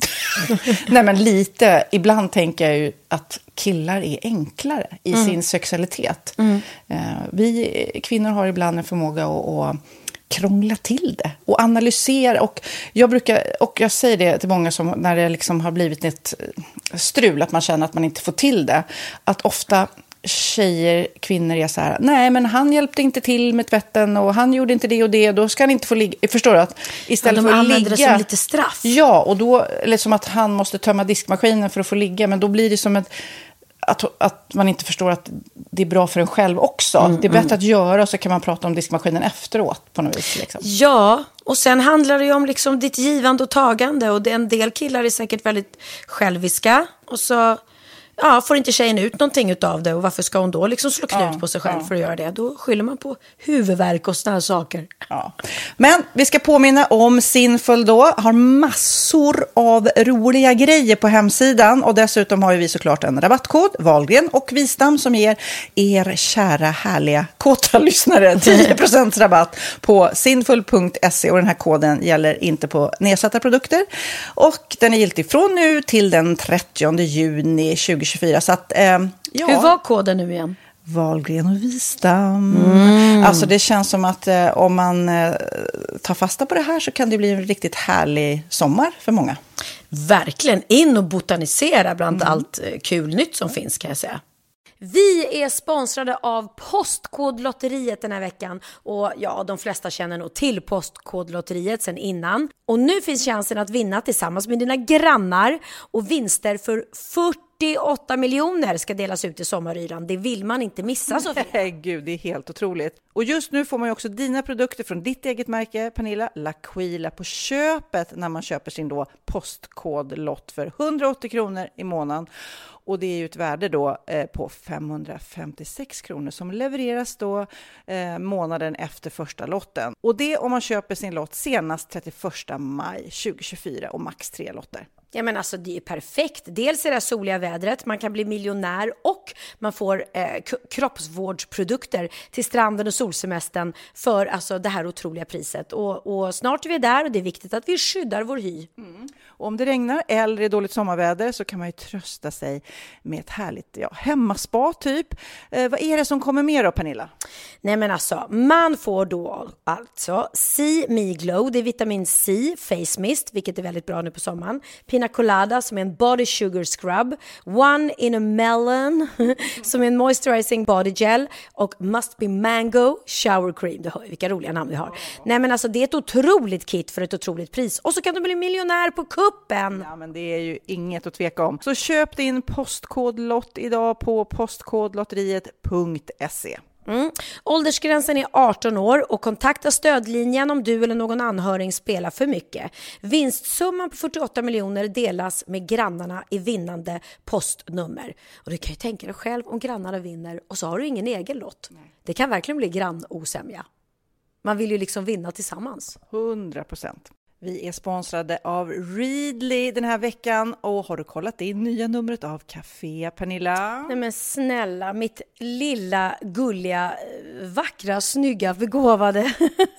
Nej, men lite. Ibland tänker jag ju att killar är enklare i mm. sin sexualitet. Mm. Vi kvinnor har ibland en förmåga att, att krångla till det och analysera. Och jag brukar, och jag säger det till många som när det liksom har blivit ett strul, att man känner att man inte får till det. Att ofta tjejer, kvinnor är så här, nej men han hjälpte inte till med tvätten och han gjorde inte det och det, då ska han inte få ligga. Förstår du? Att istället ja, de för att ligga, det som lite straff. Ja, och då, eller som att han måste tömma diskmaskinen för att få ligga, men då blir det som ett, att, att man inte förstår att det är bra för en själv också. Mm, det är bättre mm. att göra, så kan man prata om diskmaskinen efteråt på något vis. Liksom. Ja, och sen handlar det ju om liksom ditt givande och tagande, och en del killar är säkert väldigt själviska, och så ja, får inte tjejen ut någonting av det, och varför ska hon då liksom slå knut ja, på sig själv ja. för att göra det? Då skyller man på huvudvärk och sådana saker. Ja. Men vi ska påminna om Sinful då, har massor av roliga grejer på hemsidan, och dessutom har ju vi såklart en rabattkod, Wahlgren och Wistam, som ger er kära härliga kåta lyssnare tio procent rabatt på sinful punkt se, och den här koden gäller inte på nedsatta produkter, och den är giltig från nu till den trettionde juni tjugohundratjugofyra. Så att, eh, ja. Hur var koden nu igen? Wahlgren och Wistam. Mm. Alltså det känns som att eh, om man eh, tar fasta på det här så kan det bli en riktigt härlig sommar för många. Verkligen, in och botanisera bland mm. allt eh, kul nytt som finns, kan jag säga. Vi är sponsrade av Postkodlotteriet den här veckan, och ja, de flesta känner nog till Postkodlotteriet sedan innan. Och nu finns chansen att vinna tillsammans med dina grannar, och vinster för fyrtioåtta miljoner ska delas ut i sommaryran. Det vill man inte missa, Sofia. Nej, gud, det är helt otroligt. Och just nu får man ju också dina produkter från ditt eget märke, Pernilla, L'Aquila, på köpet när man köper sin då postkodlott för hundraåttio kronor i månaden. Och det är ju ett värde då eh, på femhundrafemtiosex kronor som levereras då eh, månaden efter första lotten. Och det om man köper sin lott senast trettioförsta maj tjugohundratjugofyra, och max tre lotter. Ja, men alltså det är perfekt. Dels är det soliga vädret, man kan bli miljonär, och man får eh, k- kroppsvårdsprodukter till stranden och solsemestern för alltså det här otroliga priset. Och, och snart är vi där, och det är viktigt att vi skyddar vår hy. Mm. Och om det regnar eller är dåligt sommarväder så kan man ju trösta sig med ett härligt ja, hemmaspa typ. Eh, vad är det som kommer med då, Pernilla? Nej, men alltså, man får då alltså C Me Glow, det är vitamin C, face mist, vilket är väldigt bra nu på sommaren. Pina Colada som är en body sugar scrub, One in a Melon som är en moisturizing body gel, och Must Be Mango shower cream. Du hör vilka roliga namn vi har. Oh. Nej, men alltså det är ett otroligt kit för ett otroligt pris, och så kan du bli miljonär på kuppen. Ja, men det är ju inget att tveka om. Så köp din postkodlott idag på postkodlotteriet punkt se. Mm. Åldersgränsen är arton år, och kontakta stödlinjen om du eller någon anhörig spelar för mycket. Vinstsumman på fyrtioåtta miljoner delas med grannarna i vinnande postnummer. Och du kan ju tänka dig själv om grannarna vinner och så har du ingen egen lott. Nej. Det kan verkligen bli grannosämja. Man vill ju liksom vinna tillsammans. hundra procent. Vi är sponsrade av Readly den här veckan. Och har du kollat in nya numret av Café, Pernilla? Nej men snälla, mitt lilla, gulliga, vackra, snygga, begåvade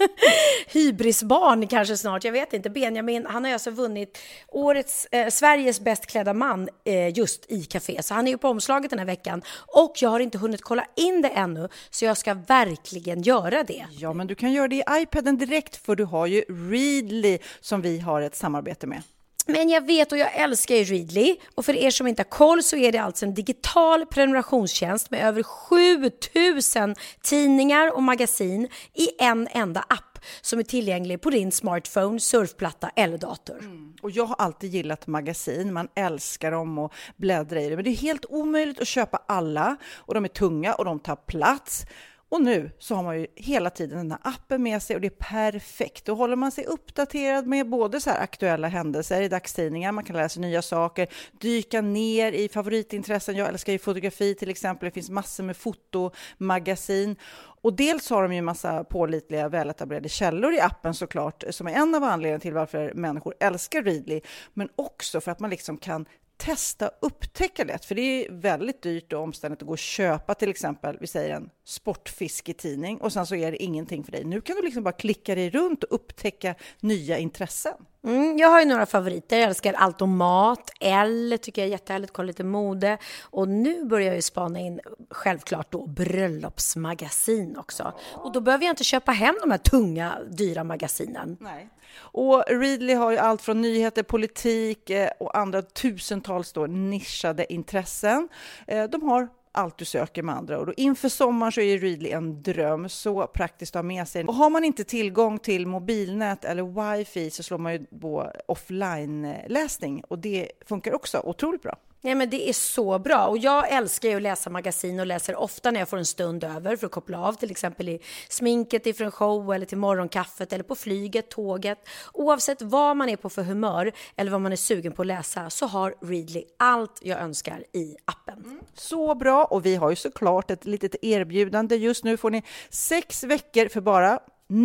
hybrisbarn kanske snart. Jag vet inte. Benjamin, han har alltså vunnit årets, eh, Sveriges bäst klädda man eh, just i Café. Så han är ju på omslaget den här veckan. Och jag har inte hunnit kolla in det ännu. Så jag ska verkligen göra det. Ja, men du kan göra det i iPaden direkt, för du har ju Readly som vi har ett samarbete med. Men jag vet och jag älskar ju Readly. Och för er som inte har koll så är det alltså en digital prenumerationstjänst med över sju tusen tidningar och magasin i en enda app som är tillgänglig på din smartphone, surfplatta eller dator. Mm. Och jag har alltid gillat magasin. Man älskar dem och bläddra i det. Men det är helt omöjligt att köpa alla. Och de är tunga och de tar plats. Och nu så har man ju hela tiden den här appen med sig och det är perfekt. Då håller man sig uppdaterad med både så här aktuella händelser i dagstidningar. Man kan läsa nya saker, dyka ner i favoritintressen. Jag älskar ju fotografi till exempel. Det finns massor med fotomagasin. Och dels har de ju en massa pålitliga, väletablerade källor i appen såklart. Som är en av anledningarna till varför människor älskar Readly. Men också för att man liksom kan testa upptäcka lätt, för det är väldigt dyrt och omständigt att gå och köpa till exempel, vi säger en sportfisketidning och sen så är det ingenting för dig. Nu kan du liksom bara klicka dig runt och upptäcka nya intressen. Mm, jag har ju några favoriter. Jag älskar allt om mat. L tycker jag är jättehärligt. Kolla lite mode. Och nu börjar jag ju spana in självklart då bröllopsmagasin också. Och då behöver jag inte köpa hem de här tunga, dyra magasinen. Nej. Och Readly har ju allt från nyheter, politik och andra tusentals då nischade intressen. De har allt du söker med andra. Och då inför sommaren så är Readly en dröm, så praktiskt att ha med sig. Och har man inte tillgång till mobilnät eller wifi så slår man ju på offline-läsning. Och det funkar också otroligt bra. Ja, men det är så bra. Och jag älskar ju att läsa magasin och läser ofta när jag får en stund över för att koppla av. Till exempel i sminket ifrån show eller till morgonkaffet eller på flyget, tåget. Oavsett vad man är på för humör eller vad man är sugen på att läsa så har Readly allt jag önskar i appen. Mm. Så bra, och vi har ju såklart ett litet erbjudande. Just nu får ni sex veckor för bara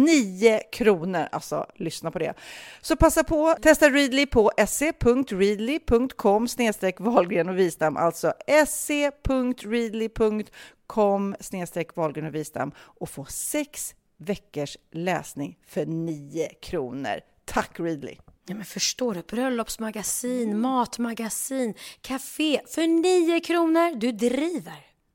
nio kronor, alltså lyssna på det. Så passa på, testa Readly på se punkt readly punkt com snedstreck Wahlgren och Wistam, alltså se punkt readly punkt com snedstreck Wahlgren och Wistam och få sex veckors läsning för nio kronor. Tack Readly! Ja, men förstår du? Bröllopsmagasin, matmagasin, café för nio kronor. Du driver.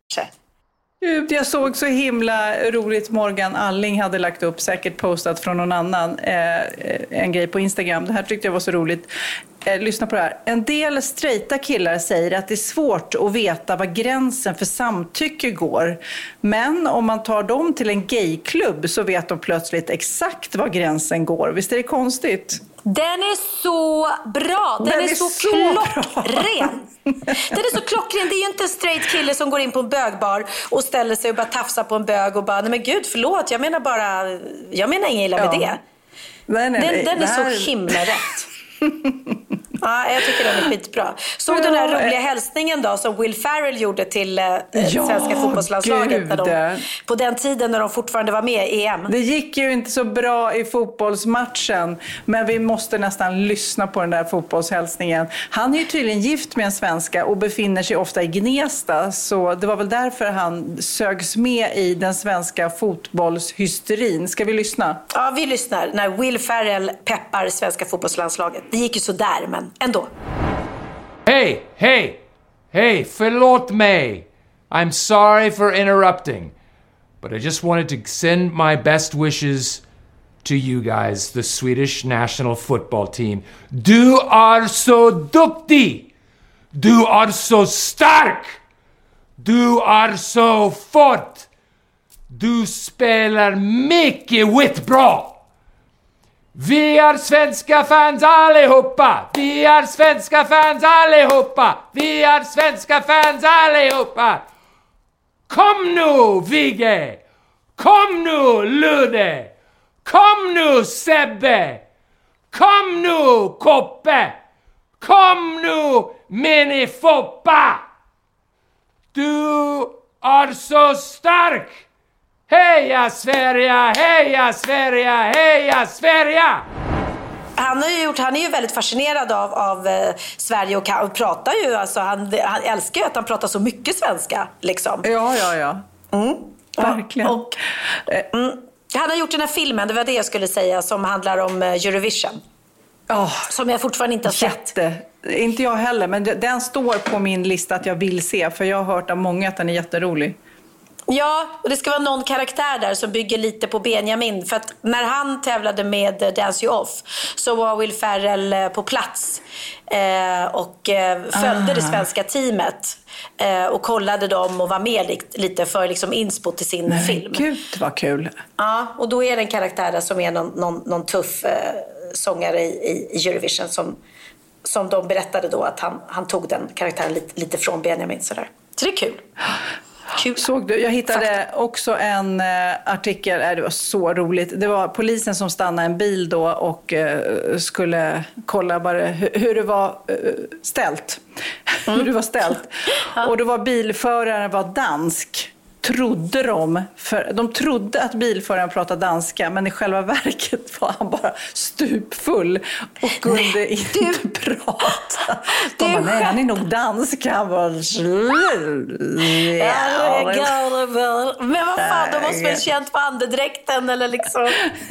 Jag såg så himla roligt, Morgan Alling hade lagt upp, säkert postat från någon annan, eh, en grej på Instagram. Det här tyckte jag var så roligt. Eh, lyssna på det här. En del straighta killar säger att det är svårt att veta var gränsen för samtycke går. Men om man tar dem till en gayklubb så vet de plötsligt exakt var gränsen går. Visst är det konstigt? Den är så bra. Den, Den är, är så, så klockren. Den är så klockren. Det är ju inte en straight kille som går in på en bögbar och ställer sig och bara tafsar på en bög och bara, nej men gud, förlåt. Jag menar bara, jag menar inget illa med ja. det. Nej, nej, den den är här... så himla rätt. Ja, jag tycker den är skitbra. Såg du den här roliga hälsningen då som Will Ferrell gjorde till eh, ja, svenska fotbollslandslaget när de, på den tiden när de fortfarande var med i E M? Det gick ju inte så bra i fotbollsmatchen, men vi måste nästan lyssna på den där fotbollshälsningen. Han är ju tydligen gift med en svenska och befinner sig ofta i Gnesta, så det var väl därför han sögs med i den svenska fotbollshysterin. Ska vi lyssna? Ja, vi lyssnar när Will Ferrell peppar svenska fotbollslandslaget. Det gick ju så där, men ändå. Hey, hey, hey, förlåt mig. I'm sorry for interrupting. But I just wanted to send my best wishes to you guys, the Swedish national football team. Du är så duktig. Du är så stark. Du är så fort. Du spelar mycket vitt bra. Vi är svenska fans allihopa! Vi är svenska fans allihopa! Vi är svenska fans allihopa! Kom nu, Vigge! Kom nu, Ludde! Kom nu, Sebbe! Kom nu, Koppe! Kom nu, Mini Foppa! Du är så stark! Heja Sverige, heja Sverige, heja Sverige! Han, har ju gjort, han är ju väldigt fascinerad av, av eh, Sverige och, och pratar ju, alltså, han, han älskar ju att han pratar så mycket svenska. Liksom. Ja, ja, ja. Mm. Verkligen. Och, mm, han har gjort den här filmen, det var det jag skulle säga, som handlar om Eurovision. Oh, som jag fortfarande inte har sett. Jätte. Inte jag heller, men den står på min lista att jag vill se. För jag har hört av många att den är jätterolig. Ja, och det ska vara någon karaktär där som bygger lite på Benjamin. För att när han tävlade med Dance You Off så var Will Ferrell på plats eh, och eh, följde ah. det svenska teamet. Eh, och kollade dem och var med li- lite för liksom inspo till sin Nej, film. Gud, vad kul. Ja, och då är det en karaktär där som är någon, någon, någon tuff eh, sångare i, i Eurovision som, som de berättade då att han, han tog den karaktären lite, lite från Benjamin. Sådär. Så det är kul. Kul. Såg du? Jag hittade Fakta. också en uh, artikel, äh, det var så roligt. Det var polisen som stannade en bil då och uh, skulle kolla bara hur, hur det var uh, ställt. Mm. hur det var ställt. ja. Och då var bilföraren var dansk. Trodde de, för de trodde att bilföraren pratade danska, men i själva verket var han bara stupfull och kunde nej, inte du, prata. De bara, nej, han är nog dansk. Han var... Ja, men vad fan, de måste väl känt på andedräkten eller liksom.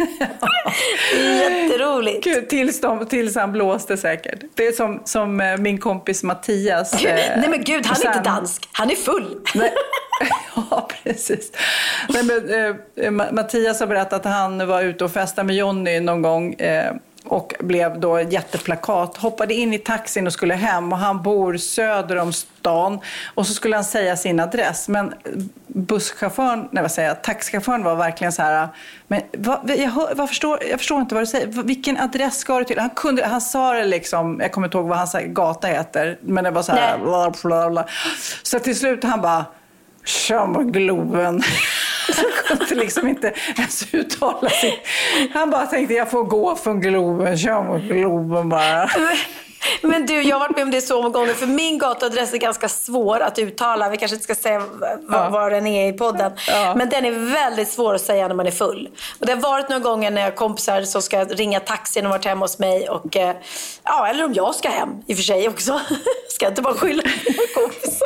Jätteroligt. Gud, tills, de, tills han blåste säkert. Det är som, som min kompis Mattias. Gud, nej men gud, han är inte dansk. Han är full. Nej. Ja, precis. Men, eh, Mattias har berättat att han var ute och festade med Johnny någon gång eh, och blev då jätteplakat. Hoppade in i taxin och skulle hem och han bor söder om stan och så skulle han säga sin adress. Men busschauffören, nej vad säger jag, taxichauffören var verkligen så här, men vad, jag, vad förstår, jag förstår inte vad du säger. Vilken adress ska du till? Han, kunde, han sa det liksom, jag kommer inte ihåg vad hans gata heter, men det var så här, bla, bla, bla. Så till slut han bara, Tjommergloben. Han kunde liksom inte ens uttala sig. Han bara tänkte, jag får gå från Globen, Tjommergloben bara. Men du, jag har varit med om det så många gånger. För min gatuadress är ganska svår att uttala. Vi kanske inte ska säga var, var den är i podden. Ja. Men den är väldigt svår att säga när man är full. Och det har varit några gånger när jag har kompisar som ska ringa taxin och varit hemma hos mig. Och, ja, eller om jag ska hem i och för sig också. Ska jag inte bara skylla på kompisar.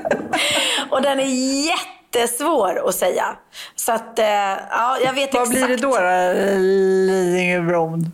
Och den är jättesvår att säga. Så att, ja, jag vet vad exakt. Vad blir det då då? Lidingöbron.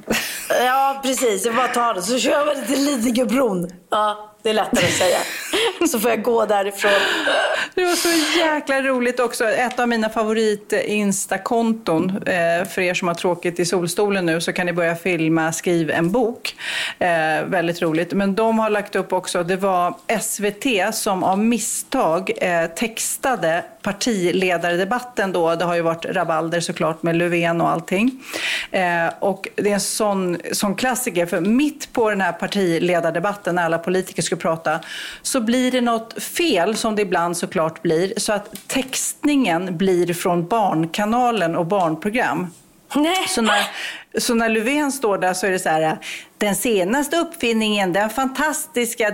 Ja, precis. Jag bara tar det. Så kör jag till Lidingöbron. Ja, det är lättare att säga. Så får jag gå därifrån. Det var så jäkla roligt också. Ett av mina favorit-instakonton. Eh, för er som har tråkigt i solstolen nu så kan ni börja filma Skriv en bok. Eh, väldigt roligt. Men de har lagt upp också, det var S V T som av misstag eh, textade partiledardebatten då. Det har ju varit rabalder såklart med Löfven och allting. Eh, och det är en sån, sån klassiker. För mitt på den här partiledardebatten när alla politiker ska prata så blir det något fel som det ibland såklart blir. Så att textningen blir från Barnkanalen och barnprogram. Nej. Så när, så när Löfven står där så är det så här: den senaste uppfinningen, den fantastiska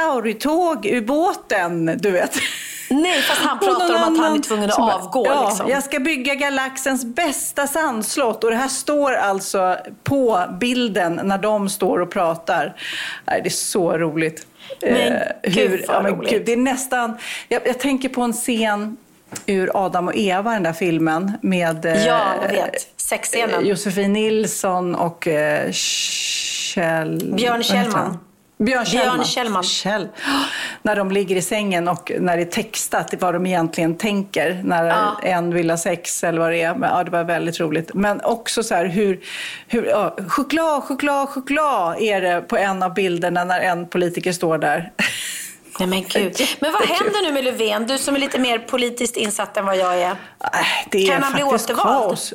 dinosaurietåg-ubåten, du vet. Nej, fast han pratar om att han är tvungen att bara, avgå. Ja, liksom. Jag ska bygga galaxens bästa sandslott. Och det här står alltså på bilden när de står och pratar. Nej, det är så roligt. Men eh, hur, hur, ja, men gud, det är nästan... Jag, jag tänker på en scen ur Adam och Eva, den där filmen. Med eh, ja, jag vet. Sexscenen. Josefin Nilsson och eh, Kjell... Björn Kjellman. Björn Kjellman. Björn Kjellman. Kjell. När de ligger i sängen och när det är textat vad de egentligen tänker. När ja. en vill ha sex eller vad det är. Men, ja, det var väldigt roligt. Men också så här hur... hur ja, choklad, choklad, choklad är det på en av bilderna när en politiker står där. Nej men gud. Men vad händer nu med Löfven? Du som är lite mer politiskt insatt än vad jag är. Det är kan han bli återvald? Kaos.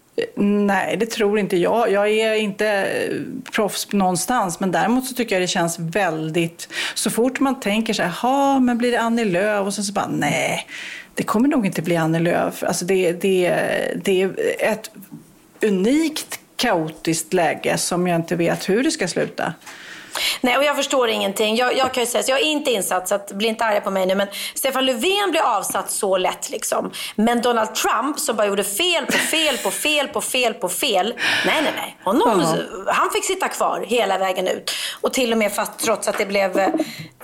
Nej, det tror inte jag. Jag är inte proffs någonstans. Men däremot så tycker jag det känns väldigt... Så fort man tänker så här, ja, men blir det Annie Lööf? Och sen så bara, nej, det kommer nog inte bli Annie Lööf. Alltså det, det, det är ett unikt kaotiskt läge som jag inte vet hur det ska sluta. Nej, och jag förstår ingenting. Jag, jag kan ju säga så jag är inte insatt, så att, bli inte arga på mig nu. Men Stefan Löfven blir avsatt så lätt liksom. Men Donald Trump som bara gjorde fel på fel på fel på fel på fel. Nej, nej, nej. Honom, uh-huh. Han fick sitta kvar hela vägen ut. Och till och med fast trots att det blev eh,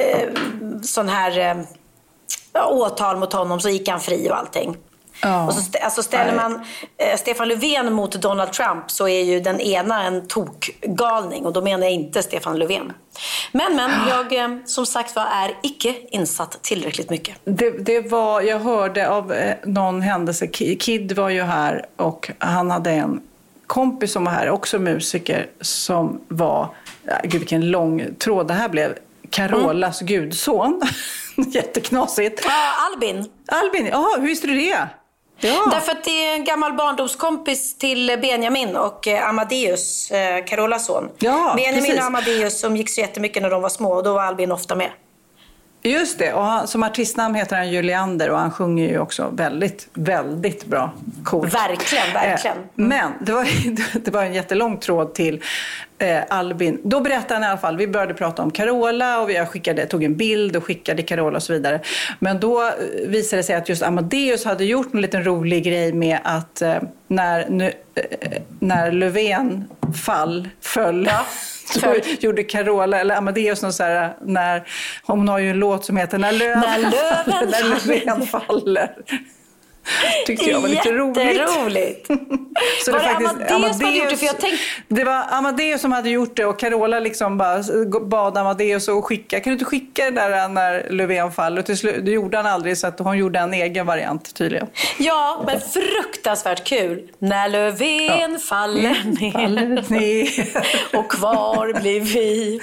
sån här eh, åtal mot honom så gick han fri och allting. Oh. Och så st- alltså ställer man eh, Stefan Löfven mot Donald Trump så är ju den ena en tokgalning, och då menar jag inte Stefan Löfven. Men, men jag eh, som sagt var är icke insatt tillräckligt mycket. Det, det var, jag hörde av eh, någon händelse, Kid var ju här och han hade en kompis som var här, också musiker, som var, ja, gud vilken lång tråd det här blev, Carolas mm. gudson. Jätteknasigt. Ja, Albin. Albin, ja, hur visste du det? Ja. Därför att det är en gammal barndomskompis till Benjamin och Amadeus, eh, Carolas son. Ja, Benjamin precis. och Amadeus som gick så jättemycket när de var små, och då var Albin ofta med. Just det, och han, som artistnamn heter han Juliander, och han sjunger ju också väldigt, väldigt bra. Coolt. Verkligen, verkligen. Mm. Men det var, det var en jättelång tråd till eh, Albin. Då berättade han i alla fall, vi började prata om Carola och jag skickade, tog en bild och skickade Carola och så vidare. Men då visade det sig att just Amadeus hade gjort en liten rolig grej med att eh, när, nu, eh, när Löfven fall, föll... Ja. Så gjorde Carola eller Amadeus någon så här, när hon har ju en låt som heter När löven, när löven, när löven faller. Tyckte jag var lite roligt. Jätteroligt. Så var det, det faktiskt Amadeus, Amadeus som hade gjort det? För jag tänkte... Det var Amadeus som hade gjort det, och Carola liksom bara bad Amadeus att skicka. Kan du inte skicka det där när Löfven faller? Och till slut, det gjorde han aldrig, så att hon gjorde en egen variant tydligen. Ja, men fruktansvärt kul. När Löfven ja. faller ner, faller ner. och kvar blir vi.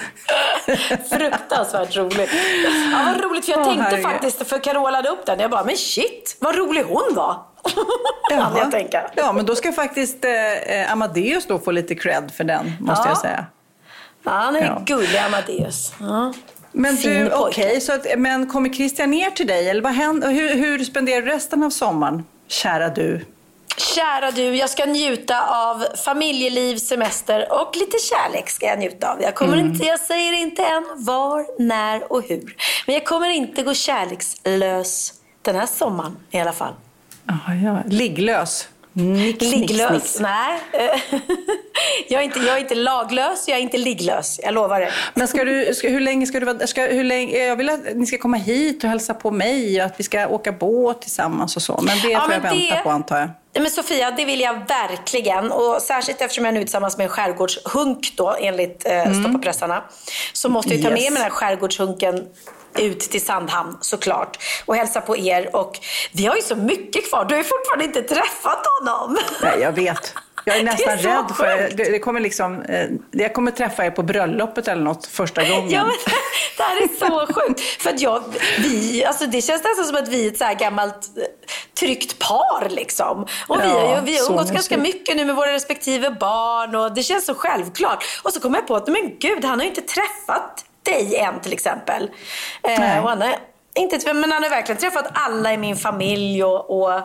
Fruktansvärt roligt. Ja, vad roligt, för jag oh, tänkte herregud. faktiskt, för Carola hade upp den. Jag bara, men shit, vad rolig hon var. Ja. jag tänka. Ja, men då ska faktiskt eh, Amadeus då få lite cred för den, måste ja. jag säga. Ja, han är ja. gullig, Amadeus. Ja. Men fin du, okej, okay, så att, men kommer Christian ner till dig? Eller vad händer, hur, hur spenderar du resten av sommaren, kära du? Kära du, jag ska njuta av familjeliv, semester och lite kärlek ska jag njuta av. Jag kommer mm. inte, jag säger inte än var, när och hur. Men jag kommer inte gå kärlekslös den här sommaren i alla fall. Oh, ja. Ligglös. Nix, ligglös, nix, nix. nej. jag, är inte, jag är inte laglös, jag är inte ligglös, jag lovar det. Men ska du, ska, hur länge ska du vara, ska, hur länge, jag vill att ni ska komma hit och hälsa på mig och att vi ska åka båt tillsammans och så. Men det ja, får men jag vänta det... på, antar jag. Men Sofia, det vill jag verkligen. Och särskilt eftersom jag nu är tillsammans med en skärgårdshunk då, enligt eh, mm. Stoppapressarna, så måste jag ta yes. med mig den här skärgårdshunken ut till Sandhamn såklart och hälsa på er. Och vi har ju så mycket kvar. Du har ju fortfarande inte träffat honom. Nej, jag vet. Jag är nästan är rädd för det, det kommer liksom, eh, jag kommer träffa er på bröllopet eller något första gången. Ja, men det här är så sjukt. För att jag, vi, alltså det känns nästan som att vi är ett så här gammalt tryggt par liksom. Och vi har ju vi har umgåtts ganska mycket nu med våra respektive barn och det känns så självklart. Och så kommer jag på att, men gud, han har ju inte träffat dig än till exempel. Eh, och han har, inte, men han har verkligen träffat alla i min familj och... och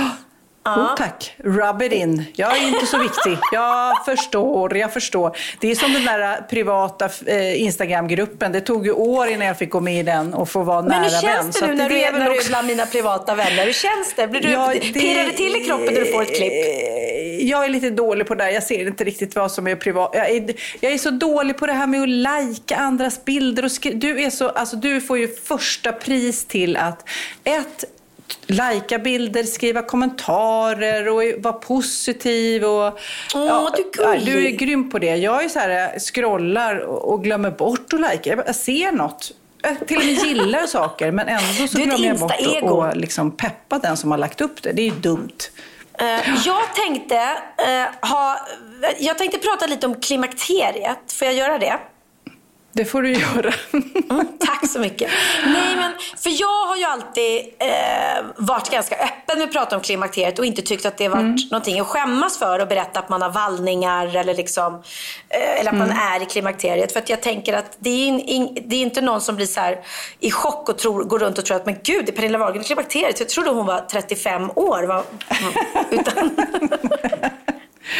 Ja. Oh, tack. Rub it in. Jag är inte så viktig. Jag förstår, jag förstår. Det är som den där privata eh, Instagram-gruppen. Det tog ju år innan jag fick gå med i den och få vara nära vän. Men hur känns det nu när det, du är när du är bland mina privata vänner? Hur känns det? Blir du ja, det, pirrar det till i kroppen när du får ett klipp? Jag är lite dålig på det där. Jag ser inte riktigt vad som är privat. Jag är, jag är så dålig på det här med att lajka andras bilder. Och skri- du, är så, alltså, du får ju första pris till att ett... lajka bilder, skriva kommentarer och vara positiv och Åh, ja, du, är du är grym på det. Jag är så här, scrollar och glömmer bort att lajka. Jag ser något. Jag till och med gillar saker, men ändå så glömmer jag bort att och liksom peppa den som har lagt upp det. Det är ju dumt. Uh, jag tänkte uh, ha jag tänkte prata lite om klimakteriet. Får jag göra det? Det får du göra. Mm, tack så mycket. Nej, men för jag har ju alltid eh, varit ganska öppen med att prata om klimakteriet och inte tyckt att det varit mm. någonting att skämmas för att berätta att man har vallningar eller liksom eh, eller att mm. man är i klimakteriet, för att jag tänker att det är, in, det är inte någon som blir så här i chock och tror, går runt och tror att men gud, det är Pernilla Wahlgren i klimakteriet. Jag trodde hon var trettiofem år va? Mm. Utan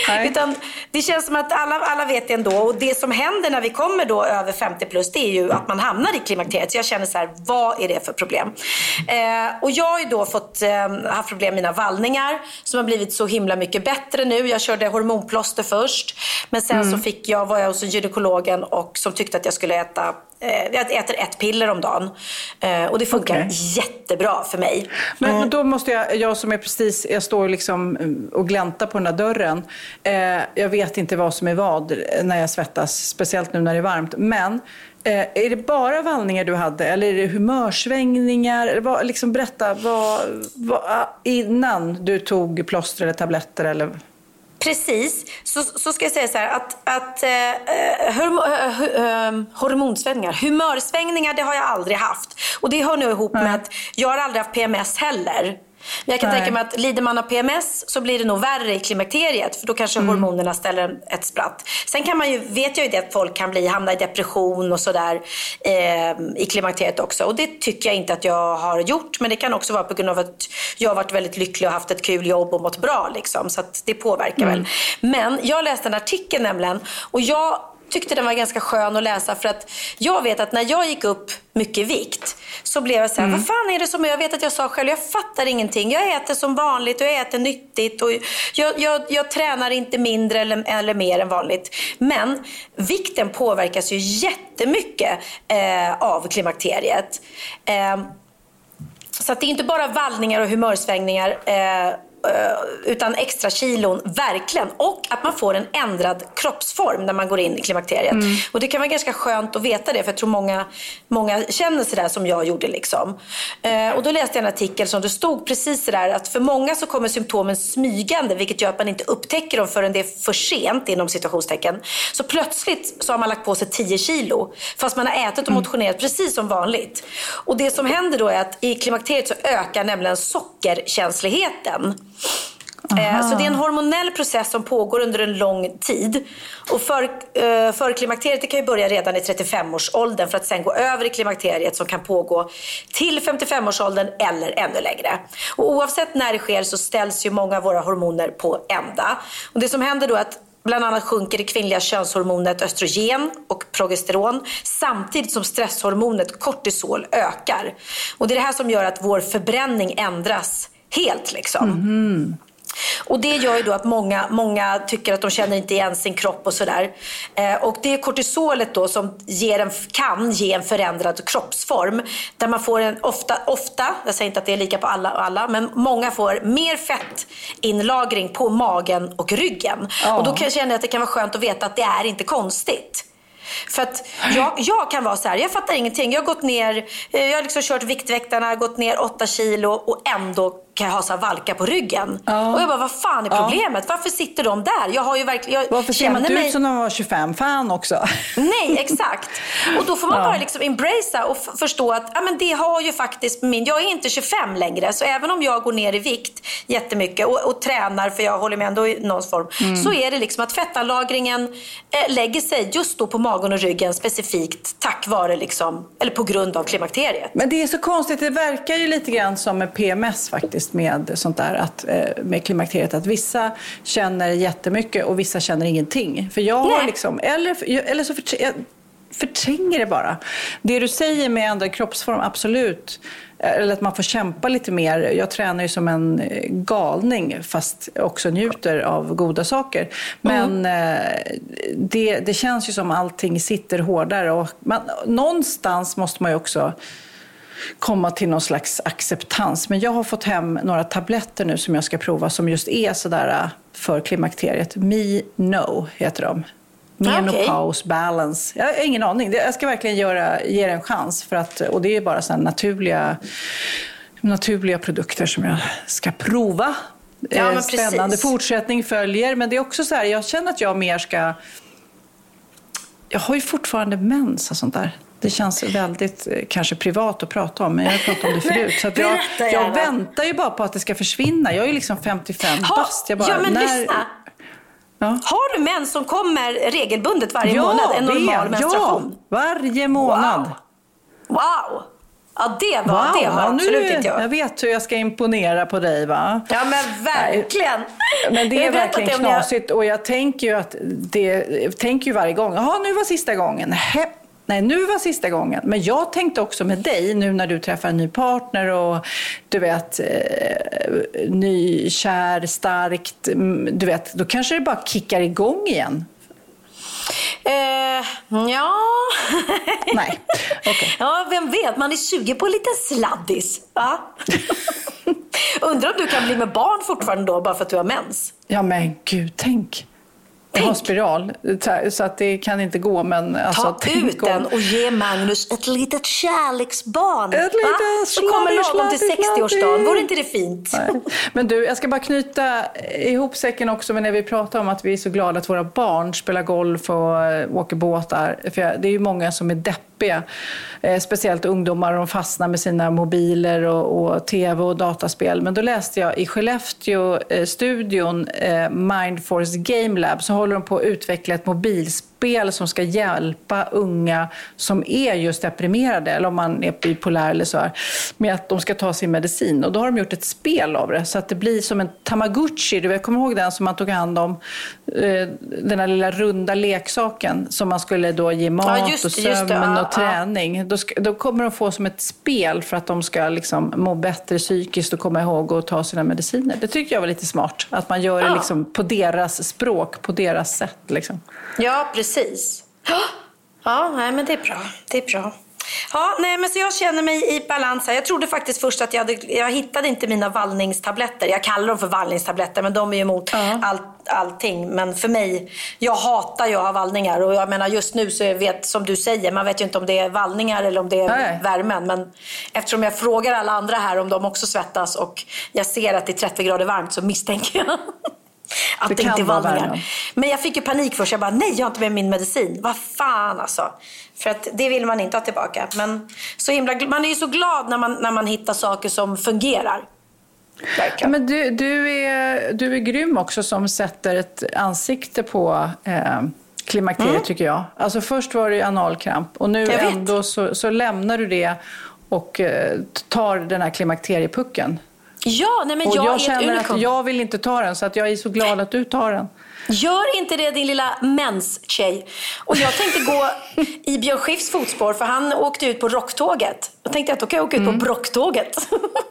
Utan det känns som att alla, alla vet det ändå. Och det som händer när vi kommer då över femtio plus, det är ju att man hamnar i klimakteriet. Så jag känner så här, vad är det för problem? Eh, och jag har ju då fått eh, haft problem med mina vallningar som har blivit så himla mycket bättre nu. Jag körde hormonplåster först. Men sen mm. så fick jag, var jag hos gynekologen och som tyckte att jag skulle äta jag äter ett piller om dagen. Och det funkar okay. jättebra för mig. Men, mm. men då måste jag, jag som är precis, jag står liksom och gläntar på den där dörren. Eh, jag vet inte vad som är vad när jag svettas, speciellt nu när det är varmt. Men eh, är det bara vallningar du hade? Eller är det humörsvängningar? Eller vad, liksom berätta, vad, vad, innan du tog plåster eller tabletter eller... Precis, så, så ska jag säga så här att, att eh, horm, eh, hormonsvängningar, humörsvängningar, det har jag aldrig haft. Och det hör nu ihop med att jag har aldrig haft P M S heller. Men jag kan Nej. tänka mig att lider man av P M S så blir det nog värre i klimakteriet. För då kanske mm. hormonerna ställer ett spratt. Sen kan man ju, vet jag ju det att folk kan bli, hamna i depression och sådär eh, i klimakteriet också. Och det tycker jag inte att jag har gjort. Men det kan också vara på grund av att jag har varit väldigt lycklig och haft ett kul jobb och mått bra liksom. Så att det påverkar mm. väl. Men jag läste en artikel nämligen och jag tyckte den var ganska skön att läsa för att jag vet att när jag gick upp mycket i vikt så blev jag så här, mm. vad fan är det som jag vet att jag sa själv, jag fattar ingenting, jag äter som vanligt och jag äter nyttigt och jag, jag, jag tränar inte mindre eller, eller mer än vanligt, men vikten påverkas ju jättemycket eh, av klimakteriet eh, så att det är inte bara vallningar och humörsvängningar eh, utan extra kilon, verkligen. Och att man får en ändrad kroppsform när man går in i klimakteriet. Mm. Och det kan vara ganska skönt att veta det, för jag tror många, många känner sig där som jag gjorde liksom. eh, Och då läste jag en artikel som det stod precis så där att för många så kommer symptomen smygande, vilket gör att man inte upptäcker dem förrän det är för sent inom situationstecken. Så plötsligt så har man lagt på sig tio kilo fast man har ätit och motionerat mm. precis som vanligt. Och det som händer då är att i klimakteriet så ökar nämligen sockerkänsligheten. Aha. Så det är en hormonell process som pågår under en lång tid. Och för, för klimakteriet det kan ju börja redan i trettiofem-årsåldern för att sen gå över i klimakteriet som kan pågå till femtiofem-årsåldern eller ännu längre. Och oavsett när det sker så ställs ju många av våra hormoner på ända. Och det som händer då är att bland annat sjunker det kvinnliga könshormonet östrogen och progesteron samtidigt som stresshormonet kortisol ökar. Och det är det här som gör att vår förbränning ändras helt liksom. Mm. Och det gör ju då att många, många tycker att de känner inte igen sin kropp och sådär. Eh, och det är kortisolet då som ger en, kan ge en förändrad kroppsform. Där man får en ofta, ofta, jag säger inte att det är lika på alla och alla, men många får mer fettinlagring på magen och ryggen. Oh. Och då kan jag känna att det kan vara skönt att veta att det är inte konstigt. För att jag, jag kan vara så här, jag fattar ingenting. Jag har gått ner, jag har liksom kört Viktväktarna, gått ner åtta kilo och ändå kan jag ha så här valka på ryggen. Ja. Och jag bara, vad fan är problemet? Ja. Varför sitter de där? Jag har ju verkligen, jag Varför ser man inte mig... ut som de var tjugofem? Fan också. Nej, exakt. Och då får man ja. bara liksom embracea och f- förstå att ja, men det har ju faktiskt min... Jag är inte tjugofem längre, så även om jag går ner i vikt jättemycket och, och tränar, för jag håller med ändå i någon form, mm. så är det liksom att fettanlagringen eh, lägger sig just då på magen och ryggen specifikt tack vare liksom, eller på grund av klimakteriet. Men det är så konstigt, det verkar ju lite grann som med P M S faktiskt, med sånt där, att, med klimakteriet, att vissa känner jättemycket och vissa känner ingenting. För jag har liksom, eller, eller så förtr- jag förtränger det bara. Det du säger med andra kroppsform, absolut. Eller att man får kämpa lite mer. Jag tränar ju som en galning fast också njuter av goda saker. Men mm. det, det känns ju som allting sitter hårdare. Och man, någonstans måste man ju också komma till någon slags acceptans. Men jag har fått hem några tabletter nu som jag ska prova som just är sådär för klimakteriet. Me No heter de. Menopause okay. Balance. Jag har ingen aning. Jag ska verkligen göra, ge det en chans. För att, och det är bara så naturliga, naturliga produkter som jag ska prova. Ja, men spännande precis. Fortsättning följer. Men det är också så här, jag känner att jag mer ska... Jag har ju fortfarande mens och sånt där. Det känns väldigt kanske privat att prata om, men jag har pratat om det förut. Så att jag, jag väntar ju bara på att det ska försvinna. Jag är ju liksom femtiofem ha, bast. Jag bara, ja, men när... lyssna. Ja. Har du mens som kommer regelbundet varje ja, månad? En normal det, menstruation? Ja, varje månad. Wow. wow. Ja, det var, wow, det var ja, absolut nu, inte jag. Jag vet hur jag ska imponera på dig, va? Ja, men verkligen. Nej, men det är jag verkligen det knasigt. Jag... Och jag tänker ju att det, tänker ju varje gång, jaha, nu var sista gången. He, nej, nu var sista gången. Men jag tänkte också med dig, nu när du träffar en ny partner och du vet, eh, ny, kär, starkt, du vet, då kanske det bara kickar igång igen. Eh, ja. Nej, okej. Okay. Ja, vem vet, man är sugen på en liten sladdis, va? Undrar om du kan bli med barn fortfarande då, bara för att du har mens. Ja, men gud, tänk. Jag har spiral, så att det kan inte gå. Men alltså, ta ut den och ge Magnus ett litet kärleksbarn. Ett litet så kommer lagom till sextioårsdagen. Vore inte det fint? Nej. Men du, jag ska bara knyta ihop säcken också med när vi pratar om att vi är så glada att våra barn spelar golf och åker båtar. För det är ju många som är deppiga. Eh, speciellt ungdomar, de fastnar med sina mobiler och, och tv och dataspel. Men då läste jag i Skellefteå-studion eh, Mindforce Game Lab, så håller de på att utveckla ett mobilspel som ska hjälpa unga som är just deprimerade, eller om man är bipolär eller så här, med att de ska ta sin medicin. Och då har de gjort ett spel av det, så att det blir som en Tamagotchi. Du kommer ihåg den som man tog hand om, eh, den här lilla runda leksaken som man skulle då ge mat ja, just, och sömn ja, och träning. Ja. Då, ska, då kommer de få som ett spel för att de ska liksom må bättre psykiskt och komma ihåg och ta sina mediciner. Det tyckte jag var lite smart, att man gör det ja. liksom på deras språk, på deras sätt liksom. Ja, precis. Ja, nej, men det är bra. Det är bra. Ja, nej, men så jag känner mig i balans här. Jag trodde faktiskt först att jag, hade, jag hittade inte mina vallningstabletter. Jag kallar dem för vallningstabletter, men de är ju emot uh-huh. all, allting. Men för mig, jag hatar ju att ha vallningar. Och jag menar, just nu så jag vet, som du säger, man vet ju inte om det är vallningar eller om det är nej. värmen. Men eftersom jag frågar alla andra här om de också svettas och jag ser att det är trettio grader varmt, så misstänker jag att det, det inte är vallningar. Men jag fick ju panik först. Jag bara, nej, jag har inte med min medicin. Vad fan alltså. För att det vill man inte ha tillbaka. Men så himla, man är ju så glad när man, när man hittar saker som fungerar. Ja, men du, du, är, du är grym också som sätter ett ansikte på eh, klimakteriet mm. tycker jag. Alltså först var det analkramp. Och nu ändå så, så lämnar du det och eh, tar den här klimakteriepucken. Ja, nej, men och jag, jag är känner ett att jag vill inte ta den, så att jag är så glad att du tar den. Gör inte det, din lilla menstjej. Och jag tänkte gå i Björn Skifs fotspår, för han åkte ut på rocktåget. Jag tänkte att då kan jag åka ut mm. på brocktåget.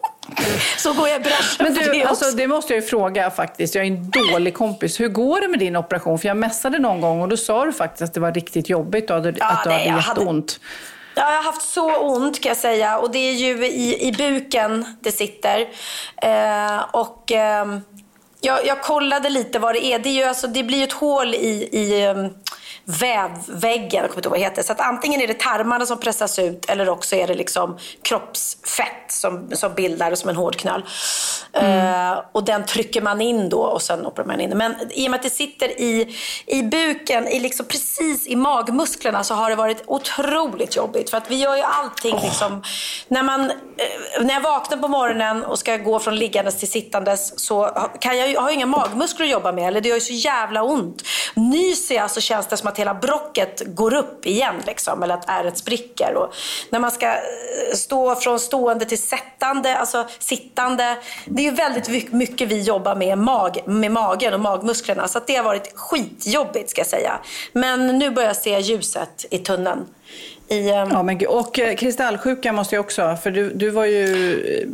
Så går jag bräschen. Men du, det, alltså, det måste jag ju fråga faktiskt. Jag är en dålig kompis. Hur går det med din operation? För jag mässade någon gång och då sa du faktiskt att det var riktigt jobbigt och att ja, du nej, hade hade... ont. Ja, jag har haft så ont kan jag säga. Och det är ju i, i buken det sitter. Eh, och eh, jag, jag kollade lite vad det är. Det, är ju, alltså, det blir ju ett hål i, i um, vävväggen. Jag kommer inte ihåg vad det heter. Så att antingen är det tarmarna som pressas ut, eller också är det liksom kroppsfett som, som bildar som en hård knöl. Mm. Uh, och den trycker man in då och sen opererar man in. Men i och med att det sitter i, i buken, i liksom precis i magmusklerna, så har det varit otroligt jobbigt. För att vi gör ju allting oh. liksom. När, man, uh, när jag vaknar på morgonen och ska gå från liggandes till sittandes, så kan jag, jag har ju inga magmuskler att jobba med. Eller det gör ju så jävla ont. Nyser jag så känns det som att hela brocket går upp igen liksom, eller att ärret spricker. Och när man ska stå från stående till sättande, alltså sittande, det är ju väldigt mycket vi jobbar med mag, med magen och magmusklerna, så att det har varit skitjobbigt ska jag säga. Men nu börjar jag se ljuset i tunneln. I, um... ja, men, och kristallsjuka måste jag också, för du, du var ju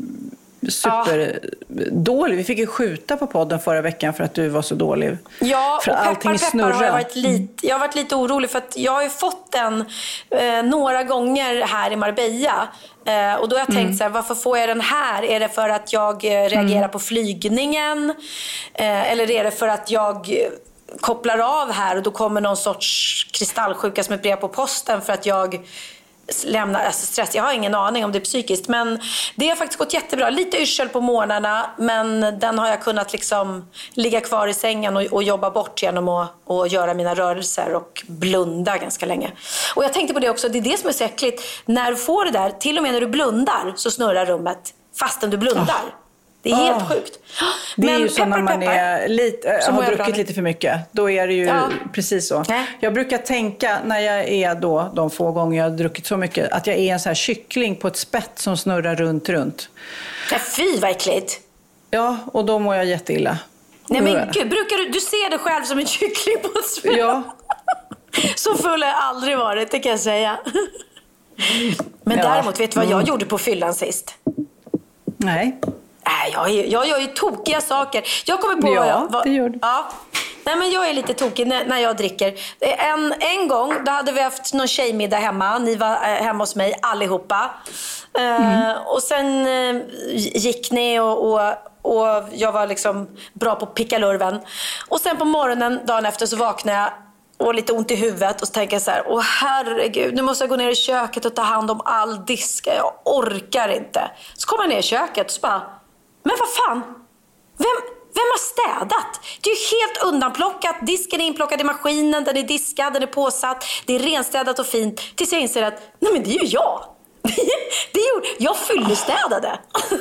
superdålig. Vi fick ju skjuta på podden förra veckan för att du var så dålig. Ja, för och allting peppar, peppar har jag varit lite, jag har varit lite orolig, för att jag har ju fått den eh, några gånger här i Marbella. Eh, och då har jag tänkt mm. så här, varför får jag den här? Är det för att jag eh, reagerar mm. på flygningen? Eh, eller är det för att jag eh, kopplar av här och då kommer någon sorts kristallsjuka som ett brev på posten för att jag lämnar alltså stress. Jag har ingen aning om det är psykiskt, men det har faktiskt gått jättebra. Lite yrsel på morgnarna, men den har jag kunnat liksom ligga kvar i sängen och, och jobba bort genom att och göra mina rörelser och blunda ganska länge. Och jag tänkte på det också, det är det som är så äckligt. När du får det där, till och med när du blundar så snurrar rummet fastän du blundar. Det är helt oh. sjukt. Det är men ju så peppar, när man är lite, äh, har druckit bra. lite för mycket. Då är det ju ja. precis så. Nej. Jag brukar tänka när jag är då, de få gånger jag har druckit så mycket, att jag är en sån här kyckling på ett spett som snurrar runt, runt. Ja, fy vad äckligt. Ja, och då mår jag jätteilla. Nej men gud, brukar du, du ser dig själv som en kyckling på ett spett? Ja. Så full har jag aldrig varit, det kan jag säga. Men ja. däremot, vet du vad jag mm. gjorde på fyllan sist? Nej. Nej, jag, jag gör ju tokiga saker. Jag kommer på ja, vad jag... Vad, det gör du. Ja. Nej, men jag är lite tokig när, när jag dricker. En, en gång, då hade vi haft någon tjejmiddag hemma. Ni var eh, hemma hos mig, allihopa. Mm. Uh, och sen uh, gick ni och, och, och jag var liksom bra på att picka lurven. Och sen på morgonen, dagen efter, så vaknade jag och lite ont i huvudet. Och så tänker jag så här, åh herregud, nu måste jag gå ner i köket och ta hand om all disk. Jag orkar inte. Så kommer jag ner i köket och så bara, men vad fan? Vem, vem har städat? Det är ju helt undanplockat. Disken är inplockad i maskinen, den är diskad, den är påsatt. Det är renstädat och fint. Tills jag inser att, nej men det är ju jag. Det är ju, jag fyllestädade.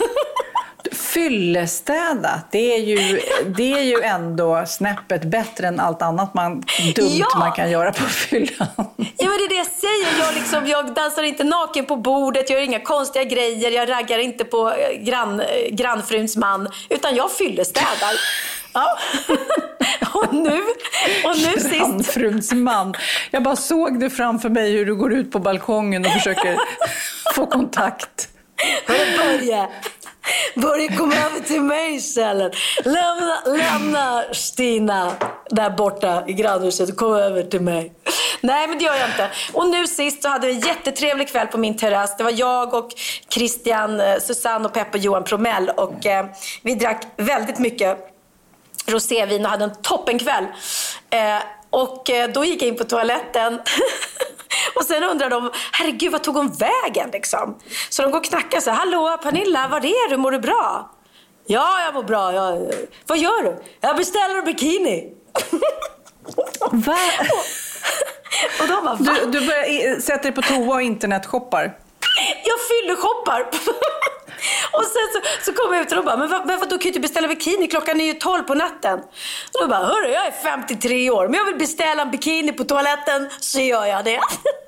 Fyllestäda, det är ju det är ju ändå snäppet bättre än allt annat man dumt ja. man kan göra på fyllan. Ja, men det är det jag säger. Jag, liksom, jag dansar inte naken på bordet, jag gör inga konstiga grejer, jag raggar inte på grann, grannfruns man, utan jag fyllestädar. Ja. Och nu, och nu sist... Grannfruns man. Jag bara såg det framför mig hur du går ut på balkongen och försöker få kontakt. Börja. Börja komma över till mig istället. Lämna, lämna Stina där borta i grannhuset och kom över till mig. Nej, men det gör jag inte. Och nu sist så hade vi en jättetrevlig kväll på min terrass. Det var jag och Christian, Susanne och Peppe och Johan Promell. Och eh, vi drack väldigt mycket rosévin och hade en toppenkväll. Eh, och eh, då gick jag in på toaletten. Och sen undrar de, herregud, vad tog hon vägen liksom? Så de går och knackar så här, hallå Pernilla, var är du? Mår du bra? Ja, jag mår bra. Jag... Vad gör du? Jag beställer en bikini. Va? Och de bara, va? Du, du börjar sätta dig på toa och internetshoppar. Jag fyller shoppar. Och sen så, så kom jag ut och de bara, men vad, men vad, då kan ju inte beställa bikini, klockan är ju tolv på natten. Så då bara, hörru, jag är femtiotre år, men jag vill beställa en bikini på toaletten, så gör jag det.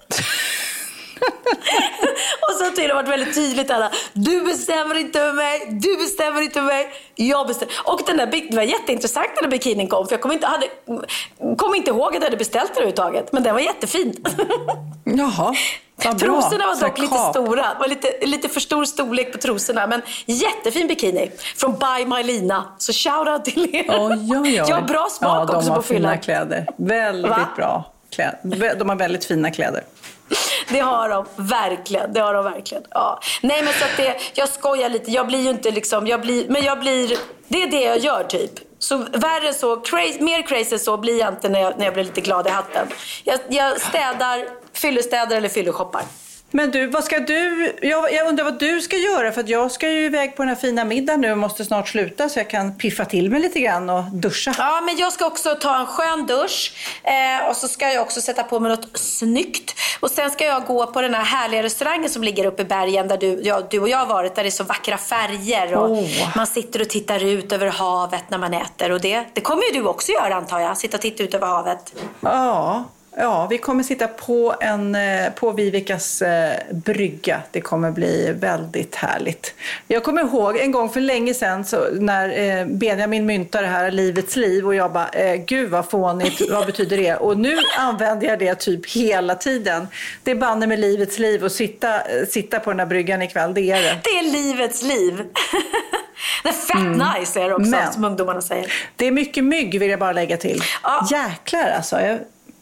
Och så har det varit väldigt tydligt alla, du bestämmer inte över mig, du bestämmer inte över mig, jag bestämmer. Och den där, det var jätteintressant när bikinin kom, för jag kom inte, hade, kom inte ihåg att jag hade beställt den överhuvudtaget, men den var jättefin. Jaha. Trosorna var dock lite stora. Det var lite, lite för stor storlek på trosorna. Men jättefin bikini från By My Lina. Så shoutout till er. Oh, ja, ja. Jag har bra smak ja, också på fyllan. De har fina kläder. Väldigt Va? bra kläder. De har väldigt fina kläder. Det har de verkligen. Det har de verkligen. Ja. Nej, men så att det, jag skojar lite. Jag blir ju inte liksom, jag blir, men jag blir, det är det jag gör typ. Så värre så, crazy, mer crazy så blir jag inte när jag, när jag blir lite glad i hatten. Jag, jag städar, fyllestädar eller fylleshoppar. Men du, vad ska du, jag, jag undrar vad du ska göra, för att jag ska ju iväg på den här fina middagen nu och måste snart sluta, så jag kan piffa till mig lite grann och duscha. Ja, men jag ska också ta en skön dusch eh, och så ska jag också sätta på mig något snyggt. Och sen ska jag gå på den här härliga restaurangen som ligger uppe i bergen där du, ja, du och jag har varit, där det är så vackra färger och oh. man sitter och tittar ut över havet när man äter. Och det, det kommer ju du också göra, antar jag, sitta och titta ut över havet. Ja. Ja, vi kommer sitta på, en, på Vivikas eh, brygga. Det kommer bli väldigt härligt. Jag kommer ihåg en gång för länge sedan så, när eh, Benjamin myntade det här livets liv. Och jag bara, eh, gud vad fånigt, vad betyder det? Och nu använder jag det typ hela tiden. Det är banne med livets liv och sitta, sitta på den här bryggan ikväll, det är det. Det är livets liv. Det är fett mm. nice är det också, men, som ungdomarna säger. Det är mycket mygg, vill jag bara lägga till. Ja. Jäklar alltså, jag...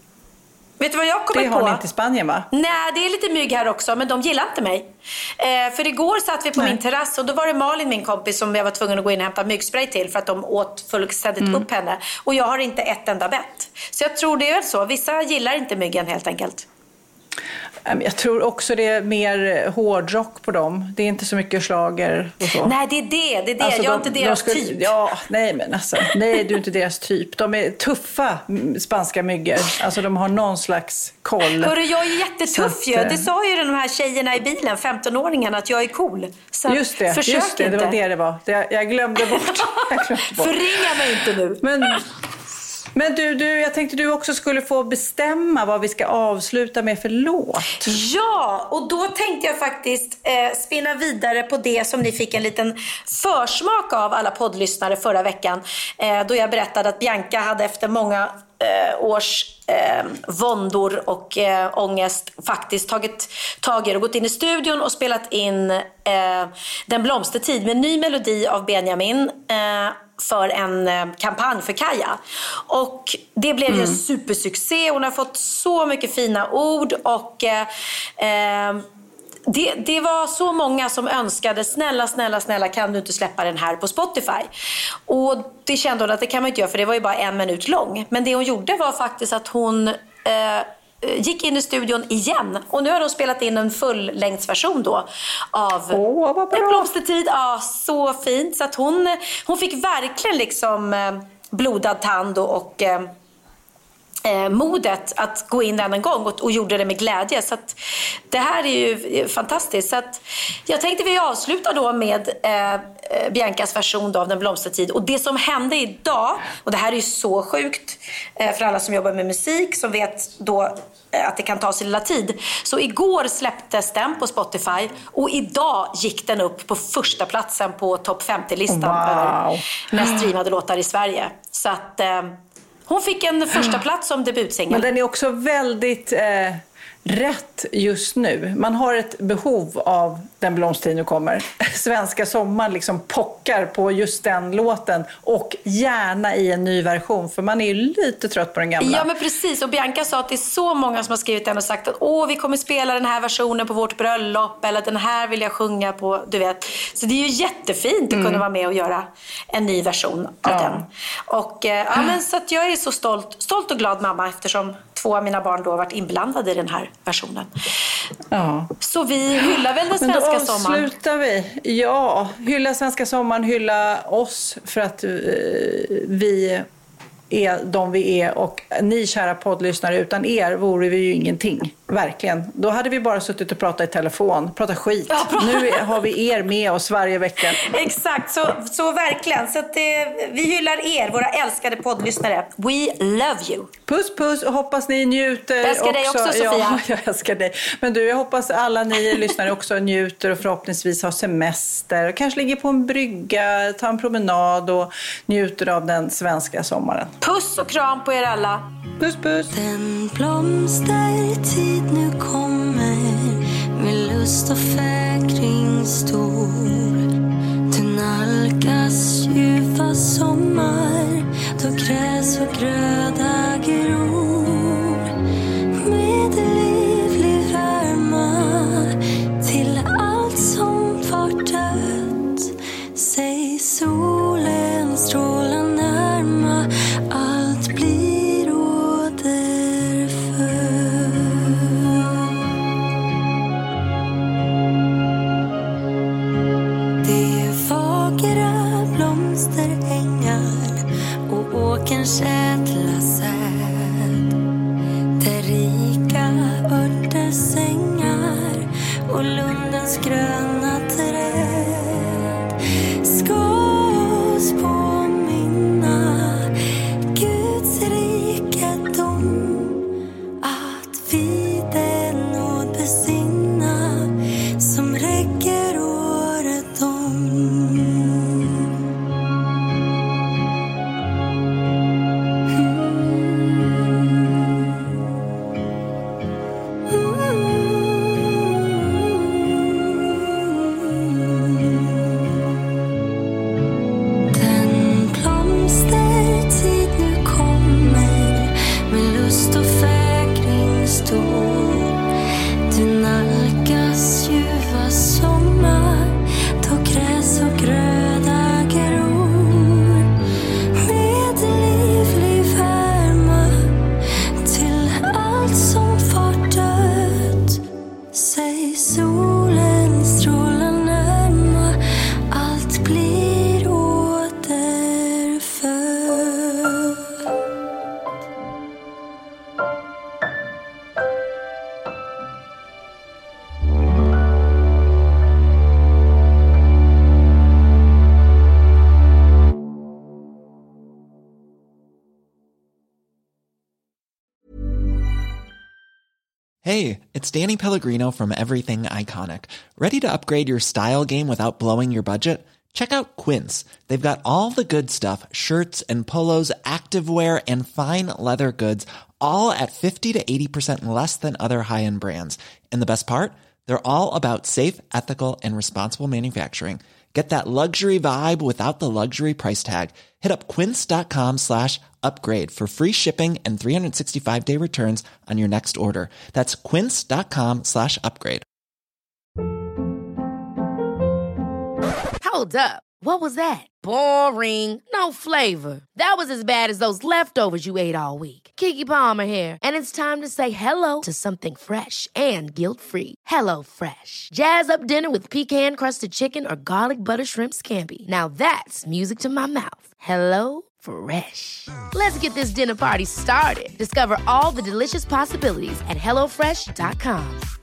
Vet du vad jag kommer på? Det har ni inte i Spanien, va? Nej, det är lite mygg här också, men de gillar inte mig. Eh, för igår satt vi på Nej. min terrass och då var det Malin, min kompis, som jag var tvungen att gå in och hämta myggspray till för att de åt fullständigt mm. upp henne. Och jag har inte ett enda bett. Så jag tror det är så. Vissa gillar inte myggen helt enkelt. Jag tror också det är mer hårdrock på dem. Det är inte så mycket schlager och så. Nej, det är det. det, är det. Alltså, jag är de, inte deras de skulle, typ. Ja, nej men alltså. Nej, du är inte deras typ. De är tuffa spanska myggor. Alltså de har någon slags koll. Hörru, jag är jättetuff ju. Det sa ju de här tjejerna i bilen, femton-åringarna, att jag är cool. Så just det, försök just det. inte. Det var det det var. Det, jag glömde bort. Jag glömde bort. Förringa mig inte nu. Men... Men du, du, jag tänkte du också skulle få bestämma vad vi ska avsluta med för låt. Ja, och då tänkte jag faktiskt eh, spinna vidare på det som ni fick en liten försmak av, alla poddlyssnare, förra veckan. Eh, då jag berättade att Bianca hade efter många eh, års eh, våndor och eh, ångest faktiskt tagit tag i och gått in i studion och spelat in eh, Den blomstertid med ny melodi av Benjamin eh, för en eh, kampanj för Kaja. Och det blev ju en supersuccé. Hon har fått så mycket fina ord och eh, eh, det, det var så många som önskade, snälla, snälla, snälla, kan du inte släppa den här på Spotify? Och det kände hon att det kan man inte göra, för det var ju bara en minut lång. Men det hon gjorde var faktiskt att hon eh, gick in i studion igen. Och nu har de spelat in en fullängdsversion då av oh, En blomstertid. Ja, så fint. Så att hon, hon fick verkligen liksom eh, blodad tand och, och eh, eh, modet att gå in den en gång och, och gjorde det med glädje. Så att det här är ju fantastiskt. Så att jag tänkte vi avslutar då med eh, Biancas version då av Den blomstertid. Och det som hände idag, och det här är ju så sjukt eh, för alla som jobbar med musik, som vet då eh, att det kan ta sin lilla tid. Så igår släpptes den på Spotify och idag gick den upp på första platsen på topp femtio-listan wow. över mest streamade låtar i Sverige. Så att eh, hon fick en första plats som debutsingel. Men den är också väldigt eh, rätt just nu. Man har ett behov av Den blomstertid nu kommer. Svenska sommaren liksom pockar på just den låten och gärna i en ny version, för man är ju lite trött på den gamla. Ja, men precis. Och Bianca sa att det är så många som har skrivit den och sagt att åh, vi kommer spela den här versionen på vårt bröllop, eller den här vill jag sjunga på, du vet. Så det är ju jättefint att mm. kunna vara med och göra en ny version av ja. den. Och eh, ja, men så att jag är så stolt, stolt och glad mamma, eftersom två av mina barn då har varit inblandade i den här versionen. Ja. Så vi hyllar väl den svenska sommaren. Men då avslutar vi. Ja, hylla svenska sommaren, hylla oss för att eh, vi är de vi är, och ni kära poddlyssnare, utan er vore vi ju ingenting. Verkligen. Då hade vi bara suttit och pratat i telefon, pratat skit. Ja, bra. Nu har vi er med oss varje vecka. Exakt, så, så verkligen. Så att, eh, vi hyllar er, våra älskade poddlyssnare. We love you. Puss puss, och hoppas ni njuter. Jag älskar också. dig också, Sofia. Ja, jag älskar dig. Men du, jag hoppas alla ni lyssnare också njuter och förhoppningsvis har semester. Kanske ligger på en brygga, tar en promenad och njuter av den svenska sommaren. Puss och kram på er alla. Puss puss. Den blomstertid nu kommer med lust och fäkring stor. Du nalkas ljuva sommar då gräs och gröda gror. Med livlig värma till allt som var dött. Säg solen strålar närma, allt blir återfött. Det är fagra blomsterängar och åkerns ätla Hey, it's Danny Pellegrino from Everything Iconic. Ready to upgrade your style game without blowing your budget? Check out Quince. They've got all the good stuff, shirts and polos, activewear, and fine leather goods, all at fifty to eighty percent less than other high-end brands. And the best part? They're all about safe, ethical, and responsible manufacturing. Get that luxury vibe without the luxury price tag. Hit up quince.com slash upgrade for free shipping and three sixty-five day returns on your next order. That's quince.com slash upgrade. Hold up. What was that? Boring. No flavor. That was as bad as those leftovers you ate all week. Keke Palmer here, and it's time to say hello to something fresh and guilt-free. Hello Fresh. Jazz up dinner with pecan-crusted chicken or garlic butter shrimp scampi. Now that's music to my mouth. Hello Fresh. Let's get this dinner party started. Discover all the delicious possibilities at hello fresh dot com.